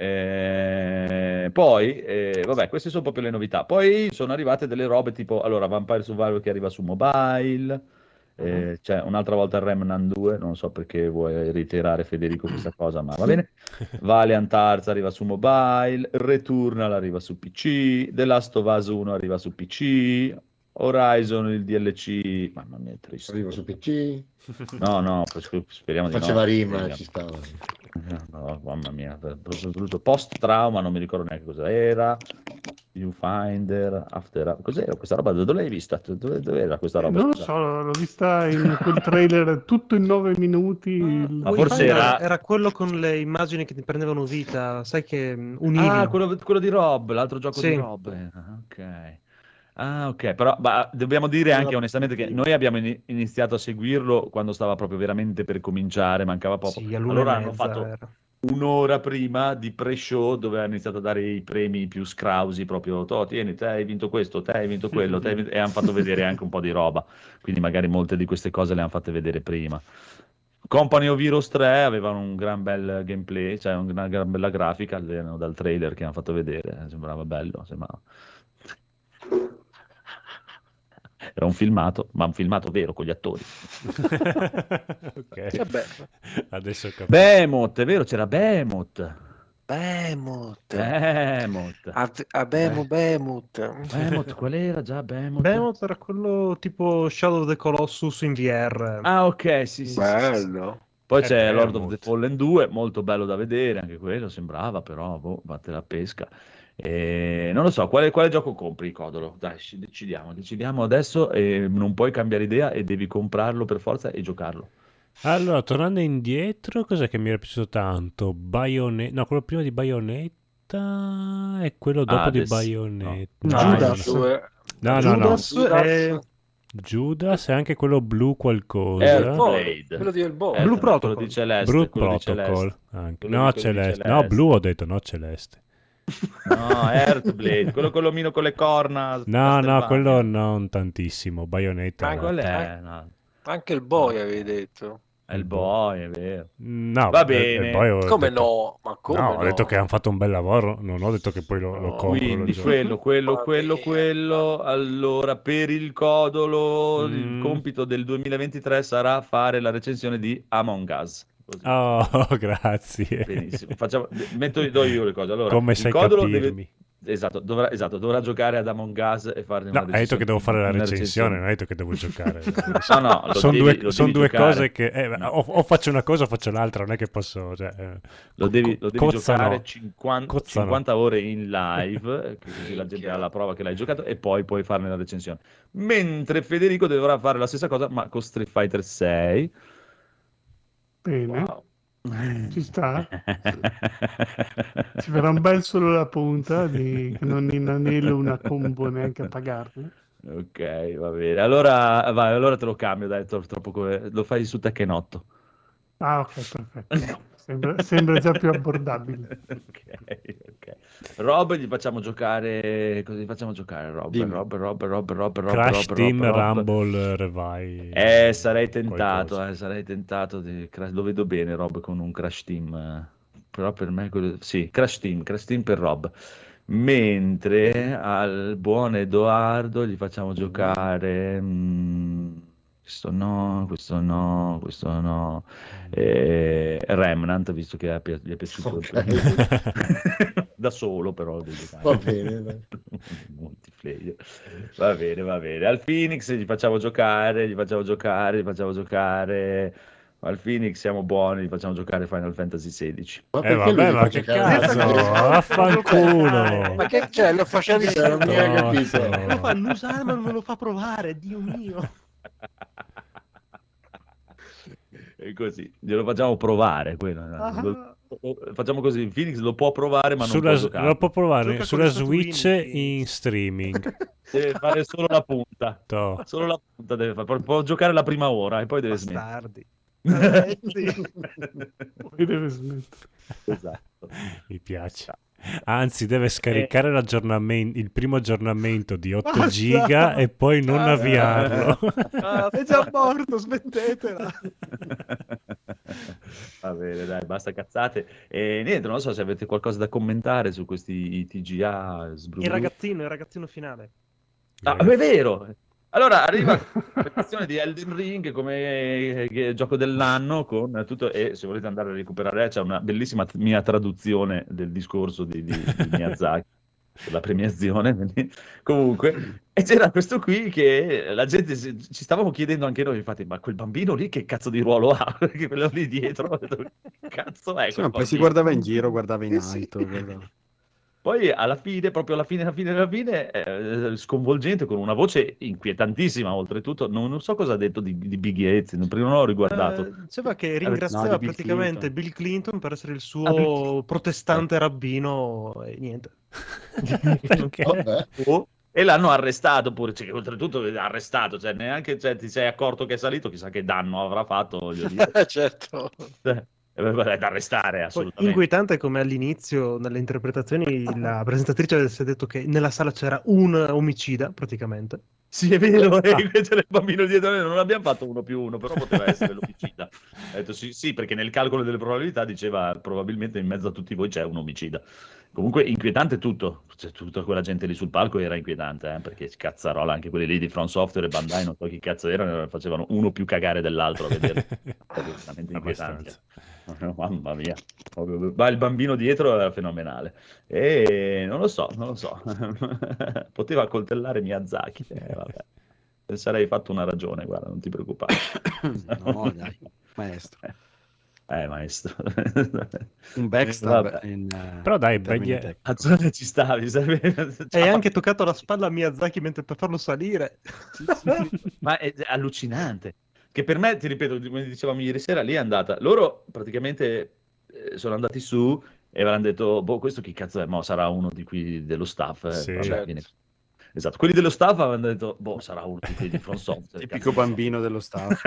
eh, poi, eh, vabbè, queste sono proprio le novità. Poi sono arrivate delle robe tipo, allora, Vampire Survivor che arriva su mobile, eh, c'è un'altra volta Remnant due, non so perché vuoi reiterare Federico questa cosa, ma va bene. Valiant Hearts arriva su mobile, Returnal arriva su P C, The Last of Us uno arriva su P C, Horizon il D L C, mamma mia, è triste. Arrivo su P C, No, no, poi speriamo di no. faceva rima, Speriamo. ci stava. No, mamma mia, brutto, brutto. Post-trauma, non mi ricordo neanche cosa era. Viewfinder, After... Cos'era questa roba? Dove l'hai vista? Dove, dove era questa roba? Non lo Scusa. so, l'ho vista in quel trailer tutto in nove minuti. il- Ma forse Wayfinder era- era quello con le immagini che ti prendevano vita, sai che mm, univi. Ah, quello, quello di Rob, l'altro gioco Sì. di Rob. eh, Ok. Ah, ok, però ma dobbiamo dire anche onestamente che noi abbiamo ini- iniziato a seguirlo quando stava proprio veramente per cominciare, mancava poco. Sì, all'una Allora e hanno mezza fatto era. un'ora prima di pre-show dove hanno iniziato a dare i premi più scrausi, proprio, "Toh, tieni, te hai vinto questo, te hai vinto quello, te hai vinto-" e hanno fatto vedere anche un po' di roba, quindi magari molte di queste cose le hanno fatte vedere prima. Company of Heroes tre aveva un gran bel gameplay, cioè una gran bella grafica, almeno dal trailer che hanno fatto vedere, sembrava bello, sembrava... Era un filmato, ma un filmato vero con gli attori. Ok. Vabbè. Adesso ho capito. Behemoth, è vero, c'era Behemoth. Behemoth. Behemoth. Ave- Abbiamo Behemoth. Behemoth, qual era già Behemoth? Behemoth era quello tipo Shadow of the Colossus in V R. Ah, ok, sì, sì, sì, sì, sì. Bello. Poi Eh, c'è beh, Lord of molto. the Fallen due, molto bello da vedere, anche quello sembrava, però boh, batte la pesca. E non lo so, quale, quale gioco compri, Codolo? Dai, ci decidiamo, decidiamo adesso e non puoi cambiare idea e devi comprarlo per forza e giocarlo. Allora, tornando indietro, cos'è che mi era piaciuto tanto? Bayonetta, no, quello prima di Bayonetta e quello dopo di Hades, no. Bayonetta. No, No, no, Judas. no. Due- No, no, no. Judas Judas- e Judas e anche quello blu qualcosa. Earthblade. quello di Hellboy. Eh, Blue quello Protocol. di Celeste, Blue quello di Protocol. Celeste. Anche. Quello No, di- quello di celeste. No, Celeste. blu ho detto, no, celeste. No, Earthblade, quello con l'omino con le corna. No, no, Castlevania. quello non tantissimo. Bayonetta. Ma era- Quello è, no, Anche il boy avevi detto. è il boy, è vero. No, Va eh, bene. eh, poi ho Come detto- no? Ma come No, no? ho detto che hanno fatto un bel lavoro, non ho detto che poi lo, lo No, compro. lo Quindi gioco. quello, quello, Va quello, bene. quello. Allora, per il Codolo, il Mm. compito del duemilaventitré sarà fare la recensione di Among Us. Così. Oh, grazie. Benissimo. Facciamo, metto do io le cose. Allora, Come il sai Codolo capirmi? deve- Esatto, dovrà, esatto, dovrà giocare ad Among Us e farne No, una hai detto che devo fare la una recensione, non hai detto che devo giocare. No, no, lo Sono devi- due, lo son devi due giocare. cose che eh, No. o, o faccio una cosa o faccio l'altra, non è che posso... Cioè, eh, Lo devi, co- lo devi cozzano. giocare cinquanta, Cozzano. cinquanta ore in live, che così la gente ha la prova che l'hai giocato, e poi puoi farne la recensione. Mentre Federico dovrà fare la stessa cosa, ma con Street Fighter sei. Bene, Wow. ci sta. Ci verrà un bel solo la punta di che non inanello una combo neanche a pagarne. Ok, va bene. Allora, vai, allora te lo cambio, dai, tro- troppo come- lo fai su Tekken otto. Ah, ok, perfetto. Sembra, sembra già più abbordabile. Ok, ok. Rob, gli facciamo giocare. Cosa gli facciamo giocare? Rob, Dimmi. Rob, Rob, Rob, Rob, Rob, Crash Rob, Team Rob, Rob. Rumble Revive. Eh, sarei tentato, qualcosa. eh, sarei tentato di cra- lo vedo bene Rob con un Crash Team, eh. Però per me quello... sì, Crash Team, Crash Team per Rob. Mentre al buon Edoardo gli facciamo giocare mm, questo no, questo no, questo no. Eh, Remnant, visto che ha pi- gli è piaciuto il Ok. primo. Da solo però lo devi giocare. Va bene, dai. Multiplayer. Va bene, va bene. Al Phoenix gli facciamo giocare, gli facciamo giocare, gli facciamo giocare. Al Phoenix siamo buoni, gli facciamo giocare Final Fantasy sedici. Ma Eh perché lui vabbè, gli ma fa che giocare? cazzo, vaffanculo. Ma che c'è? Lo facevi Non mi hai capito. No. Lo fa l'usare ma non me lo fa provare, Dio mio. E così, glielo facciamo provare. Quello, Ah. lo- lo- facciamo così, Phoenix lo può provare ma non Sulla, può giocare. lo può provare Gioca sulla con le statuine, Switch quindi. in streaming. Deve fare solo la punta. To. Solo la punta deve fare. Può- Può giocare la prima ora e poi deve smettere. Bastardi. Poi deve smettere. Esatto. Mi piace. Anzi, deve scaricare l'aggiornamento, il primo aggiornamento di otto Basta. giga e poi non Ah. avviarlo. Ah, è già morto, smettetela. Va bene, dai, basta cazzate. E niente, non so se avete qualcosa da commentare su questi T G A sbrugru- Il ragazzino, il ragazzino finale. Ah, è vero! Allora arriva la questione di Elden Ring come eh, gioco dell'anno con tutto, e se volete andare a recuperare c'è una bellissima t- mia traduzione del discorso di, di, di Miyazaki sulla premiazione. quindi- comunque, e c'era questo qui che la gente si- ci stavamo chiedendo anche noi, infatti, ma quel bambino lì che cazzo di ruolo ha? Perché quello lì dietro, ho detto, che cazzo è? Sì, quel ma poi si bambino? guardava in giro, guardava in Eh sì. alto. guardava. Poi alla fine, proprio alla fine, alla fine, alla fine, eh, sconvolgente, con una voce inquietantissima, oltretutto, non, non so cosa ha detto di, di Big Yates, prima non l'ho riguardato. Eh, diceva che no, ringraziava di Bill praticamente Clinton. Bill Clinton per essere il suo Ah, Bill Clinton. protestante rabbino e niente. Perché? Vabbè. Oh, e l'hanno arrestato pure, cioè, oltretutto arrestato, cioè neanche cioè, ti sei accorto che è salito, chissà che danno avrà fatto, voglio dire. certo. Eh, è da arrestare, Poi, assolutamente. inquietante come all'inizio, nelle interpretazioni, la presentatrice avesse detto che nella sala c'era un omicida, praticamente. Sì, è vero, e invece il bambino dietro noi non abbiamo fatto uno più uno, però poteva essere l'omicida. Ha detto sì, sì, perché nel calcolo delle probabilità diceva probabilmente in mezzo a tutti voi c'è un omicida. Comunque inquietante tutto, cioè, tutta quella gente lì sul palco era inquietante, eh, perché cazzarola, anche quelli lì di From Software e Bandai, non so chi cazzo erano, facevano uno più cagare dell'altro a vedere. È veramente inquietante. Mamma mia, ma il bambino dietro era fenomenale. E non lo so, non lo so. Poteva coltellare Miyazaki. Eh, vabbè. Sarei fatto una ragione, guarda, non ti preoccupare. No, dai, maestro. Eh, maestro. Un backstab Vabbè. in, eh, Però dai, in termini begli- tecnici. A zona ci stavi, sapevi? Hai anche toccato la spalla a Miyazaki mentre per farlo salire. Ma è è allucinante. Che per me, ti ripeto, come dicevamo ieri sera, lì è andata. Loro praticamente eh, sono andati su e avevano detto, boh, questo chi cazzo è? Mo sarà uno di qui dello staff. eh, Sì. vabbè, Certo. viene- Esatto, quelli dello staff avevano detto, boh, sarà uno di quelli di From Software. Tipico cazzo ne so. bambino dello staff.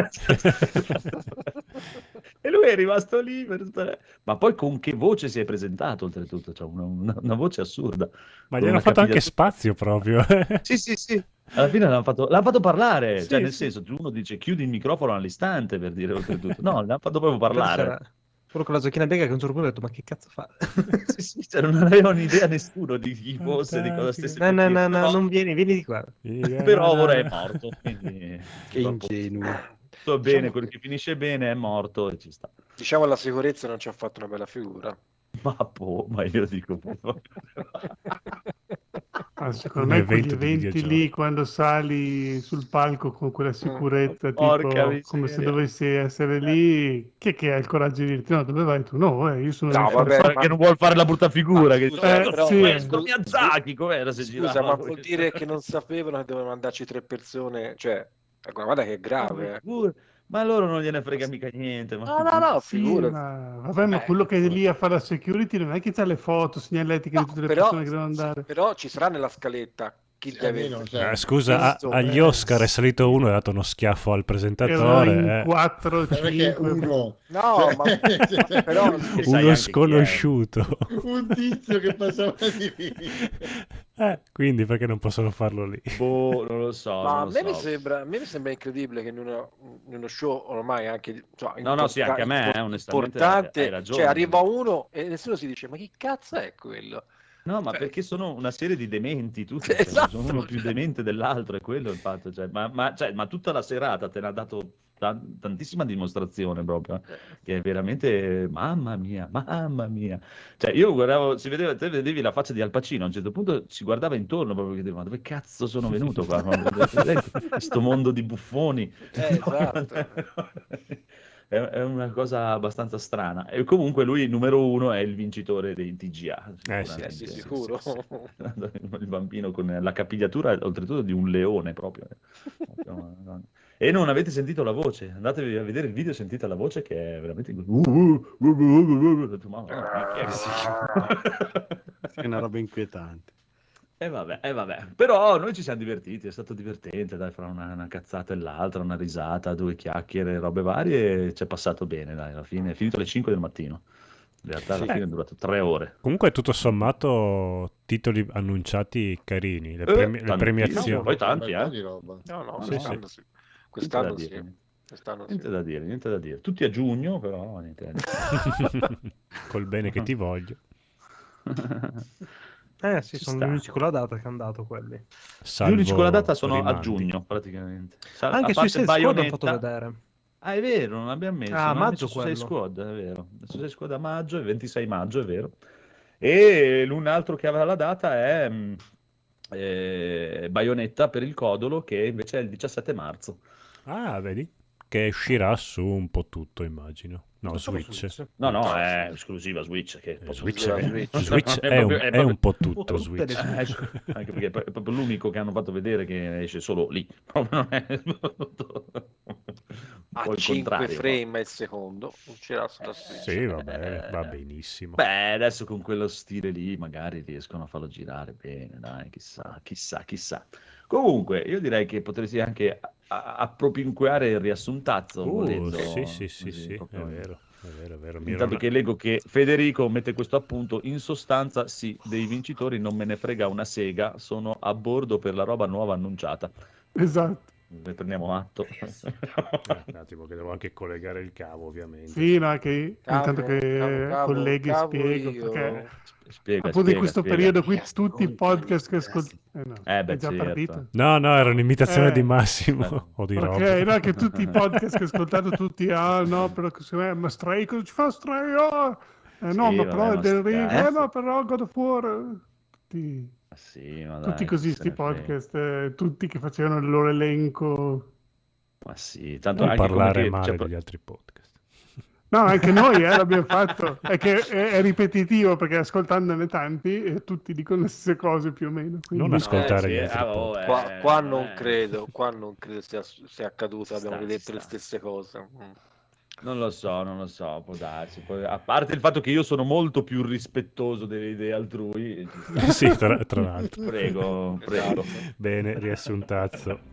E lui è rimasto lì per stare- Ma poi con che voce si è presentato, oltretutto? Cioè, una, una- una voce assurda. Ma Con gli hanno una fatto anche capigliatura- spazio proprio. Sì, sì, sì. Alla fine l'hanno fatto, l'hanno fatto parlare, Sì, cioè nel sì. senso, uno dice chiudi il microfono all'istante per dire oltretutto. No, l'hanno fatto proprio parlare. C'era quello con la giacchina bianca che a un certo punto ha detto: ma che cazzo fa? Sì, sì, cioè, non avevano idea nessuno di chi fosse, di cosa stesse No, no, per dire. no, no, Però- non vieni, vieni di qua. Però ora è morto, quindi Che ingenuo. tutto bene, Diciamo quello che- che finisce bene è morto e ci sta. Diciamo la sicurezza non ci ha fatto una bella figura. Ma po', ma io dico Ah, secondo Un me quegli evento di eventi videogiochi. lì quando sali sul palco con quella sicurezza, tipo Porca come se miseria. dovessi essere lì, chi è che ha il coraggio di dirti no, dove vai tu? No, eh, io sono No, lì vabbè, fuori. che non vuol fare la brutta figura, Ma che scusa, dice, eh, "Eh, sì. maestro Miyazaki, com'era se Scusa, girava ma questo?" vuol dire che non sapevano che dovevano mandarci tre persone? Cioè, ecco, guarda che è grave. eh. Figura- Ma a loro non gliene frega mica niente. Ma No, no, no, Sì, figurati. ma, vabbè, ma Eh, quello che è figurati. lì a fare la security non è che c'ha le foto segnaletiche No, di tutte le però, persone che devono sì, andare. però ci sarà nella scaletta chi Sì, deve... almeno, cioè, Eh, scusa, a- Visto, agli eh. Oscar è salito uno e ha dato uno schiaffo al Erano presentatore. in eh. quattro, perché cinque. uno, No, cioè, ma però... Che sai Uno anche chi è. sconosciuto. un tizio che passava di lì. Eh, quindi perché non possono farlo lì? Boh, non lo so. Ma non a lo me, mi so. sembra, a me mi sembra incredibile che in, uno- in uno show ormai anche cioè, No, no, sì, importa- anche a me, impor- eh, onestamente, importante, hai ragione. cioè arriva uno e nessuno si dice ma chi cazzo è quello? No, ma Cioè- perché sono una serie di dementi tutti, Sì, cioè, esatto, sono uno più cioè. demente dell'altro, è quello il fatto. Cioè, ma, ma- cioè, ma tutta la serata te ne ha dato tan- tantissima dimostrazione proprio, eh, che è veramente, mamma mia, mamma mia. Cioè, io guardavo, si vedeva, te vedevi la faccia di Al Pacino, a un certo punto si guardava intorno proprio, che diceva, ma dove cazzo sono venuto qua? Ma questo mondo di buffoni. Eh, esatto. È è una cosa abbastanza strana. E comunque lui, numero uno, è il vincitore dei T G A. Eh, sì, Eh, sicuramente. sì, sicuro. Il bambino con la capigliatura, oltretutto, di un leone proprio. E non avete sentito la voce. Andatevi a vedere il video e sentite la voce che è veramente... Ho detto, "Mamma mia, chi è che-" È una roba inquietante. E vabbè, e vabbè, però noi ci siamo divertiti, è stato divertente, dai, fra una, una cazzata e l'altra, una risata, due chiacchiere, robe varie, e ci è passato bene, dai, alla fine è finito alle cinque del mattino. In realtà alla Sì. fine è durato tre ore. Comunque, tutto sommato, titoli annunciati carini. Le, Eh, premi- le tantissimo. premiazioni. Poi tanti, Un bel po' eh. di roba. No, no, Sì, quest'anno sì. Niente Quest'anno da sì. dire. Quest'anno sì. Niente da dire, niente da dire. Tutti a giugno, però niente da dire. Col bene che ti voglio. Eh sì, Ci sono sta. gli unici con la data che hanno dato quelli. Gli Salvo unici con la data sono a rimandi. giugno, praticamente. Sa- a Anche parte sui Suicide Squad hanno Bayonetta- fatto vedere. Ah, è vero, non l'abbiamo messo. Ah, non hanno maggio messo Suicide quello. Squad, è vero. Suicide Squad a maggio, il ventisei maggio, è vero. E l'un altro che aveva la data è mh, eh, Bayonetta per il codolo, che invece è il diciassette marzo. Ah, vedi? Che uscirà su un po' tutto, immagino. No, Switch. No, no, è esclusiva Switch. Che Eh, Switch, esclusiva è, Switch. Switch È è, un, proprio- è è proprio- un po' tutto Tutte Switch. le Eh, anche perché è pro- è proprio l'unico che hanno fatto vedere che esce solo lì. Proprio non è un po' A il cinque contrario, frame al secondo uscirà sulla Switch. Sì, va bene, va benissimo. Beh, adesso con quello stile lì magari riescono a farlo girare bene, dai, chissà, chissà, chissà. Comunque, io direi che potresti anche a- a- appropinquare il riassuntazzo, Uh, volendo, sì, sì, sì, così, sì, è proprio. vero, è vero, è vero. Mi Intanto ero- che leggo che Federico mette questo appunto, in sostanza sì, dei vincitori non me ne frega una sega, sono a bordo per la roba nuova annunciata. Esatto. Ne prendiamo atto. Eh, un attimo che devo anche collegare il cavo, ovviamente. Sì, no, che Cavo, intanto che cavo, cavo, colleghi cavo spiego, io. perché Spiega, appunto in spiega, questo spiega. periodo qui tutti i podcast che ascolti... Eh no, Eh, beh, è già certo. partito? No, no, era un'imitazione Eh. di Massimo Eh. o di Ok, Rob. no, che tutti i podcast che ho ascoltato, tutti, ah no, però secondo me, ma Stray, cosa ci fa Stray? Ah! Eh, no, Sì, ma vabbè, però ma è del sti Ring, cazzi. eh no, però God of War, tutti, Ah, sì, ma tutti dai, così chi se sti ne frega. podcast, eh, tutti che facevano il loro elenco. Ma sì, tanto Non anche come parlare che, male cioè, degli altri podcast. No, anche noi eh, l'abbiamo fatto. È che è, è ripetitivo perché ascoltandone tanti eh, tutti dicono le stesse cose più o meno. Quindi... Non ascoltare Eh, gli sì, altri ah, oh, podcast. eh, Qua, qua non eh, credo, qua non credo sia, sia accaduto, abbiamo sta, detto le sta. stesse cose. Mm. Non lo so, non lo so, può darsi. Poi, a parte il fatto che io sono molto più rispettoso delle idee altrui, ci sta. Sì, tra, tra l'altro. Prego, prego. Bene, riassuntazzo.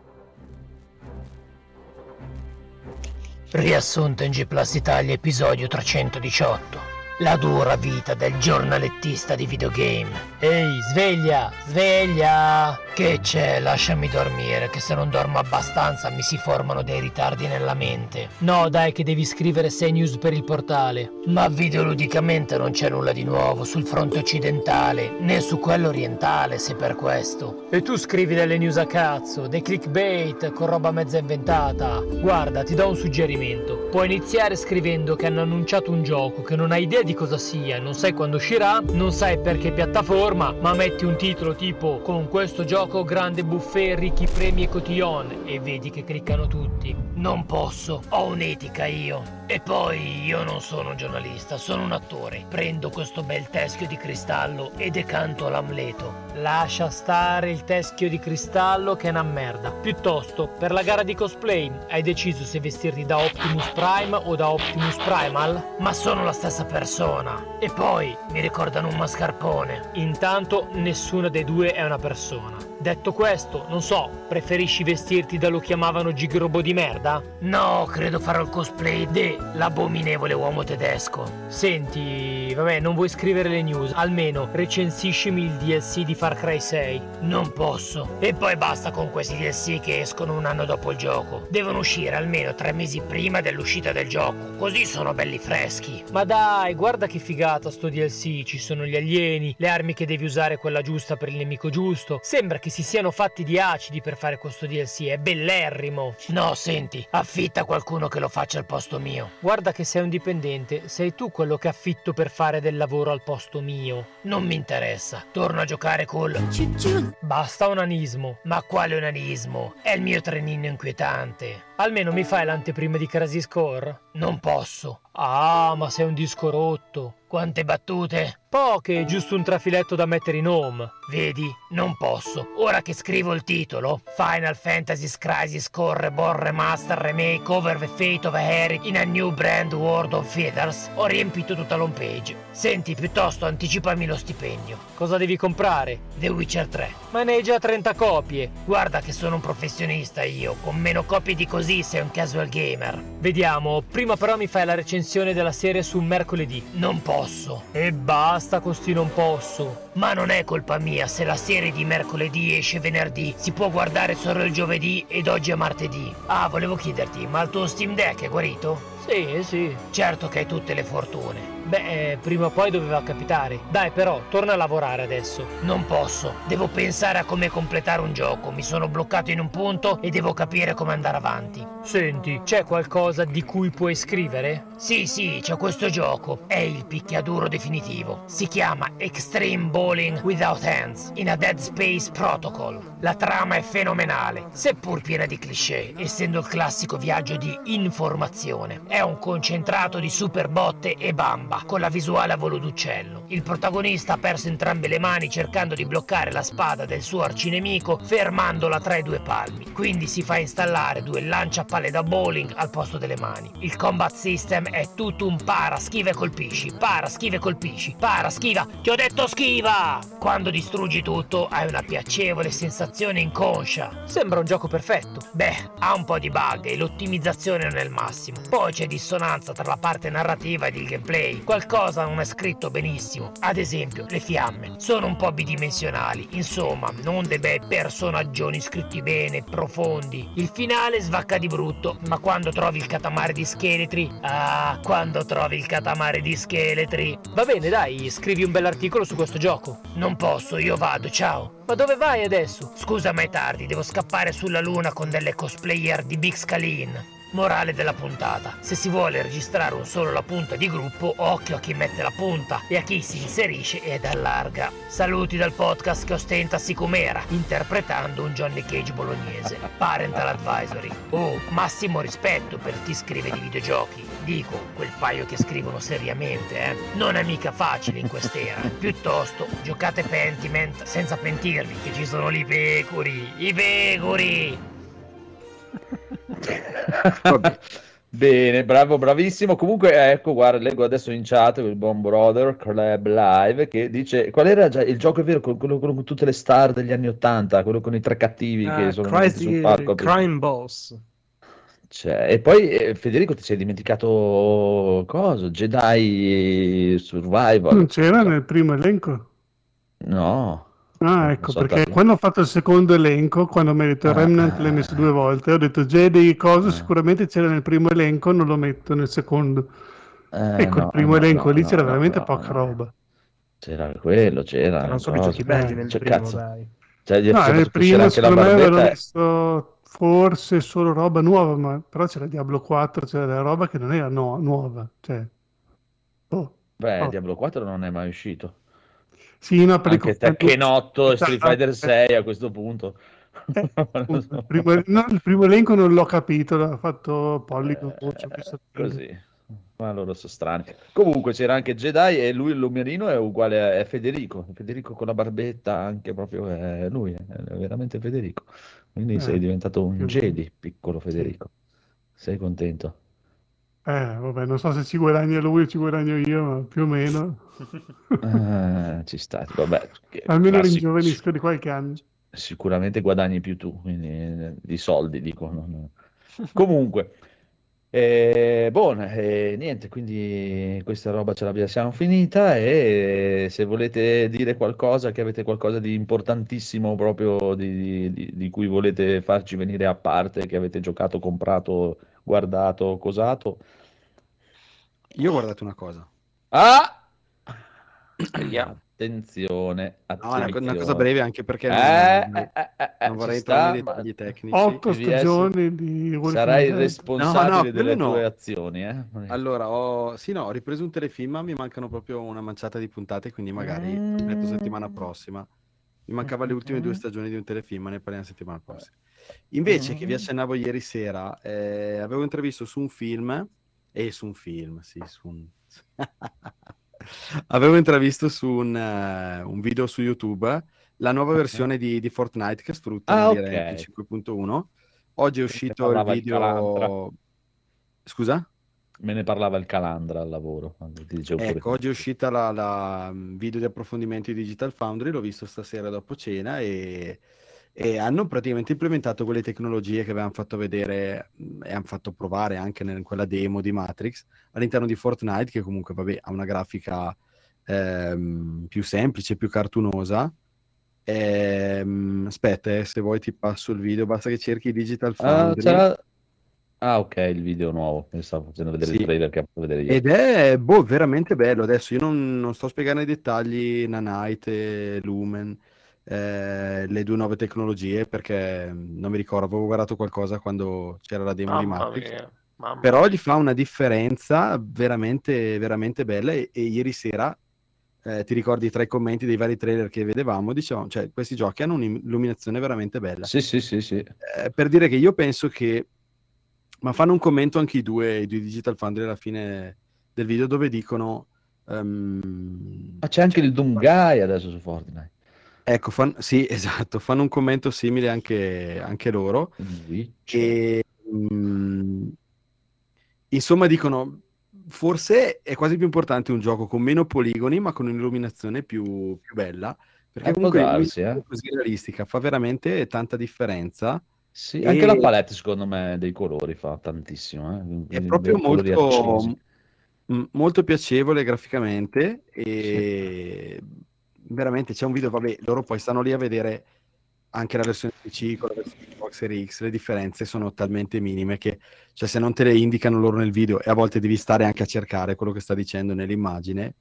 Riassunto in G Plus Italia, episodio trecentodiciotto. La dura vita del giornalettista di videogame. Ehi, sveglia, sveglia! Che c'è? Lasciami dormire, che se non dormo abbastanza mi si formano dei ritardi nella mente. No, dai, che devi scrivere sei news per il portale. Ma videoludicamente non c'è nulla di nuovo sul fronte occidentale, né su quello orientale, se per questo. E tu scrivi delle news a cazzo, dei clickbait con roba mezza inventata. Guarda, ti do un suggerimento. Puoi iniziare scrivendo che hanno annunciato un gioco che non hai idea di cosa sia, non sai quando uscirà, non sai per che piattaforma, ma metti un titolo tipo "Con questo gioco grande buffet, ricchi premi e cotillon" e vedi che cliccano tutti. Non posso, ho un'etica io. E poi io non sono un giornalista, sono un attore. Prendo questo bel teschio di cristallo e decanto l'Amleto. Lascia stare il teschio di cristallo che è una merda. Piuttosto, per la gara di cosplay, hai deciso se vestirti da Optimus Prime o da Optimus Primal? Ma sono la stessa persona. E poi mi ricordano un mascarpone. Intanto nessuna dei due è una persona. Detto questo, non so, preferisci vestirti da lo chiamavano Gigrobo di merda? No, credo farò il cosplay de l'abominevole uomo tedesco. Senti, vabbè, non vuoi scrivere le news, almeno recensiscimi il D L C di Far Cry sei. Non posso. E poi basta con questi D L C che escono un anno dopo il gioco. Devono uscire almeno tre mesi prima dell'uscita del gioco, così sono belli freschi. Ma dai, guarda che figata sto D L C, ci sono gli alieni, le armi che devi usare quella giusta per il nemico giusto. Sembra che si siano fatti di acidi per fare questo D L C, è bellerrimo. No, senti, affitta qualcuno che lo faccia al posto mio. Guarda che sei un dipendente, sei tu quello che affitto per fare del lavoro al posto mio. Non mi interessa, torno a giocare col... Basta onanismo. Ma quale onanismo? È il mio trenino inquietante. Almeno mi fai l'anteprima di Crazy Score? Non posso. Ah, ma sei un disco rotto. Quante battute? Poche, giusto un trafiletto da mettere in home. Vedi? Non posso. Ora che scrivo il titolo, Final Fantasy Crisis Core Reborn Remaster Remake Over the Fate of a Harry in a New Brand World of Feathers, ho riempito tutta l'home page. Senti, piuttosto anticipami lo stipendio. Cosa devi comprare? The Witcher tre. Ma ne hai già trenta copie. Guarda che sono un professionista io, con meno copie di così sei un casual gamer. Vediamo, prima però mi fai la recensione della serie su mercoledì. Non posso. E basta con sti non posso. Ma non è colpa mia se la serie di mercoledì esce venerdì, si può guardare solo il giovedì ed oggi è martedì. Ah, volevo chiederti, ma il tuo Steam Deck è guarito? Sì, sì. Certo che hai tutte le fortune. Beh, prima o poi doveva capitare. Dai però, torna a lavorare adesso. Non posso. Devo pensare a come completare un gioco. Mi sono bloccato in un punto e devo capire come andare avanti. Senti, c'è qualcosa di cui puoi scrivere? Sì, sì, c'è questo gioco. È il picchiaduro definitivo. Si chiama Extreme Bowling Without Hands in a Dead Space Protocol. La trama è fenomenale, seppur piena di cliché, essendo il classico viaggio di informazione. È un concentrato di super botte e bamba, con la visuale a volo d'uccello. Il protagonista ha perso entrambe le mani cercando di bloccare la spada del suo arcinemico, fermandola tra i due palmi. Quindi si fa installare due lanciapalle da bowling al posto delle mani. Il combat system è tutto un para, schiva e colpisci, para, schiva e colpisci, para, schiva, ti ho detto schiva! Quando distruggi tutto hai una piacevole sensazione inconscia. Sembra un gioco perfetto. Beh, ha un po' di bug e l'ottimizzazione non è il massimo. Poi c'è dissonanza tra la parte narrativa ed il gameplay. Qualcosa non è scritto benissimo. Ad esempio, le fiamme sono un po' bidimensionali. Insomma, non dei bei personaggioni scritti bene, profondi. Il finale svacca di brutto, ma quando trovi il catamare di scheletri... Ah, quando trovi il catamare di scheletri... Va bene, dai, scrivi un bell'articolo su questo gioco. Non posso, io vado, ciao. Ma dove vai adesso? Scusa, ma è tardi, devo scappare sulla luna con delle cosplayer di Big Scalin. Morale della puntata: se si vuole registrare un solo la punta di gruppo, occhio a chi mette la punta e a chi si inserisce ed allarga. Saluti dal podcast che ostenta Sicumera, interpretando un Johnny Cage bolognese. Parental advisory. Oh, massimo rispetto per chi scrive di videogiochi. dico, quel paio che scrivono seriamente, eh. Non è mica facile in quest'era. Piuttosto, giocate Pentiment senza pentirvi, che ci sono lì i pecori, i pecori! Bene, bravo, bravissimo. Comunque, ecco, guarda, leggo adesso in chat il buon brother Club Live che dice: qual era già il gioco, è vero, con- quello, quello con tutte le star degli anni Ottanta, quello con i tre cattivi che Ah, sono venuti sul Crazy palco. Crime Boss. Cioè, e poi eh, Federico, ti sei dimenticato cosa? Jedi Survival? Non c'era nel primo elenco? No, Ah, non ecco, so perché perché. quando ho fatto il secondo elenco, quando mi ha detto Ah, Remnant l'hai messo due ah, volte, ho detto Jedi cosa ah. sicuramente c'era nel primo elenco, non lo metto nel secondo. Eh, E quel no, primo no, elenco no, lì no, c'era no, veramente no, poca no. roba. C'era quello, c'era C'erano solo i giochi cosa. belli Eh. nel Cioè, primo, cazzo. dai. Cioè, gli è No, fatto nel uscire primo anche la secondo me avevano barbetta. messo forse solo roba nuova, ma però c'era Diablo quattro, c'era della roba che non era no- nuova. Cioè, oh, Beh, oh. Diablo quattro non è mai uscito. Sì, no, per i Anche contenuti. Tekkenotto e Street Fighter Eh, sei a questo punto. eh, Non lo appunto, il so. primo, no, il primo elenco non l'ho capito, l'ha fatto Polygon, boh, ci ho Eh, messo fine. così. Ma loro sono strani. Comunque c'era anche Jedi e lui, il lumerino, è uguale a è Federico. Federico con la barbetta, anche proprio è lui, è veramente Federico. Quindi sei Eh, diventato un più o meno. Jedi, piccolo Sì. Federico. Sei contento? Eh, vabbè, non so se ci guadagna lui o ci guadagno io, ma più o meno. Eh, ci sta, vabbè, che- Almeno ma sic- ringiovanisco di qualche anno. sicuramente guadagni più tu, quindi eh, di soldi dico. non- Comunque, eh, boh, eh, niente, quindi questa roba ce l'abbiamo siamo finita e se volete dire qualcosa, che avete qualcosa di importantissimo proprio di, di- di cui volete farci venire a parte, che avete giocato, comprato, guardato, cosato. Io ho guardato una cosa. Ah! Aia. Attenzione, No, una, co- una cosa attenzione. breve anche perché non, Eh, non- eh, eh, eh, non ci vorrei entrare nei sta, ma dettagli tecnici. Otto devi essere- stagioni di Walking sarai il Dead. responsabile No, no, delle quello no. tue azioni, eh? Allora, ho, sì, no, ho ripreso un telefilm, ma mi mancano proprio una manciata di puntate, quindi magari lo metto settimana prossima. Mi mancava le ultime due stagioni di un telefilm, ma ne parliamo settimana prossima. Invece, che vi accennavo ieri sera, eh, avevo intravisto su un film, e su un film, sì, su un... avevo intravisto su un, eh, un video su YouTube la nuova versione di, di Fortnite che sfrutta Ah, l'Unreal ok. cinque punto uno. Oggi è Me ne uscito il parlava il Calandra. video... Scusa? Me ne parlava il Calandra al lavoro, quando ti dicevo pure. Ecco, oggi è uscita la, la mm, video di approfondimento di Digital Foundry, l'ho visto stasera dopo cena e, e hanno praticamente implementato quelle tecnologie che avevano fatto vedere mm, e hanno fatto provare anche in quella demo di Matrix all'interno di Fortnite, che comunque vabbè, ha una grafica ehm, più semplice, più cartunosa. Ehm, aspetta, eh, se vuoi ti passo il video, basta che cerchi Digital Ah, Foundry. c'era... ah, ok, il video nuovo. Mi stavo facendo vedere Sì. il trailer che ho fatto vedere ieri. Ed è boh, veramente bello. Adesso io non, non sto a spiegare nei dettagli Nanite e Lumen, eh, le due nuove tecnologie, perché non mi ricordo, avevo guardato qualcosa quando c'era la demo di Mamma Matrix. mia, mamma Però mia. gli fa una differenza veramente, veramente bella. E, e ieri sera, eh, ti ricordi tra i commenti dei vari trailer che vedevamo, dicevamo, cioè, questi giochi hanno un'illuminazione veramente bella. Sì, sì, sì, sì. Eh, per dire che io penso che, ma fanno un commento anche i due, i due Digital Foundry alla fine del video dove dicono ehm, Ma c'è anche cioè, il Doomguy adesso su Fortnite. ecco, fan- sì, esatto, fanno un commento simile anche, anche loro Il Witch. e mm, insomma dicono forse è quasi più importante un gioco con meno poligoni ma con un'illuminazione più, più bella, perché Eh, può comunque darsi, l'illuminazione eh. così realistica fa veramente tanta differenza. Sì, E- anche la palette secondo me dei colori fa tantissimo, eh. È Quindi proprio dei colori molto, accesi. m- molto piacevevole graficamente e veramente c'è un video, vabbè, loro poi stanno lì a vedere anche la versione P C con la versione Xbox Series X, le differenze sono talmente minime che, cioè, se non te le indicano loro nel video e a volte devi stare anche a cercare quello che sta dicendo nell'immagine,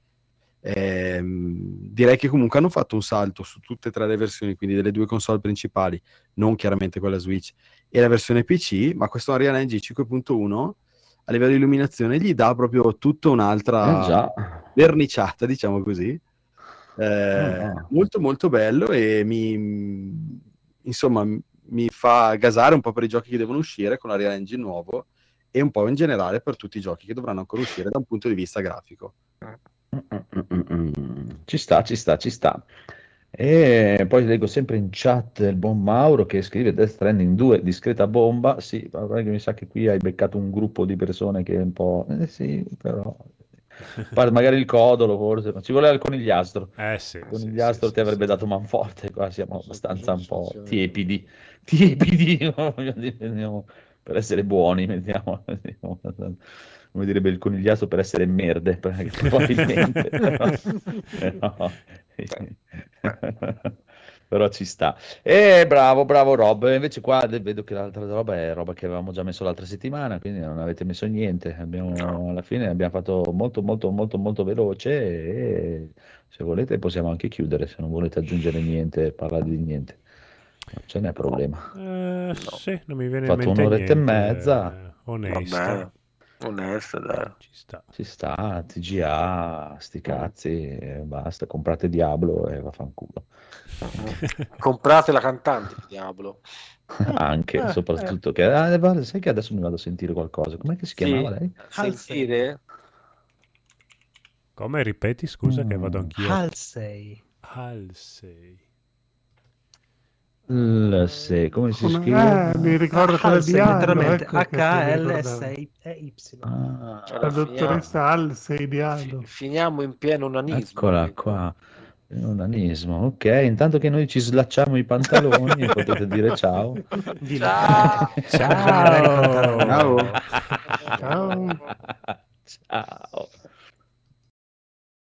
ehm, direi che comunque hanno fatto un salto su tutte e tre le versioni, quindi delle due console principali, non chiaramente quella Switch e la versione P C, ma questo Unreal Engine cinque punto uno a livello di illuminazione gli dà proprio tutta un'altra Eh già. verniciata, diciamo così. Eh, Ah, no. molto molto bello e mi insomma mi fa gasare un po' per i giochi che devono uscire con l'Unreal Engine nuovo e un po' in generale per tutti i giochi che dovranno ancora uscire da un punto di vista grafico. Ci sta, ci sta, ci sta. E poi leggo sempre in chat il buon Mauro che scrive Death Stranding due, discreta bomba. Sì, ma guarda che mi sa che qui hai beccato un gruppo di persone che è un po'... Eh sì, però... Pare magari il codolo forse, ma ci voleva il conigliastro. Eh sì, Il sì, conigliastro sì, ti sì, avrebbe sì. dato manforte, qua siamo abbastanza un po' soddisfazione. tiepidi, tiepidi, voglio dire, andiamo- per essere buoni, mettiamo, mettiamo- come direbbe il conigliastro, per essere merde, perché probabilmente, però, però- però ci sta. E bravo, bravo Rob. Invece qua vedo che l'altra roba è roba che avevamo già messo l'altra settimana, quindi non avete messo niente. Abbiamo, alla fine abbiamo fatto molto, molto, molto, molto veloce e se volete possiamo anche chiudere, se non volete aggiungere niente, parlare di niente. Non ce n'è problema. Eh, sì, non mi viene Ho in fatto mente un'oretta e niente. mezza. eh, Onesto. Vabbè, onesto, dai. Ci sta. Ci sta, T G A, sti cazzi, e basta, comprate Diablo e vaffanculo. Comprate la cantante di Diablo. Anche, Eh, soprattutto, che, ah, guarda, sai che adesso mi vado a sentire qualcosa. Com'è che si Sì, chiamava lei? sentire Come ripeti, scusa, che vado Mm. anch'io. Halsey. Halsey. L- se- come si Come- scrive? eh, mi ricordo quella di Halsey, Allo, letteralmente ecco che H A L mi S ricordavo. E Y. Ah, La Allora, dottoressa Halsey di finiamo, Allo. fi- finiamo in pieno onanismo. eccola ecco. qua. Un anismo, ok. Intanto che noi ci slacciamo i pantaloni, potete dire ciao. Di Ciao. Ciao. Ciao. Ciao. Ciao.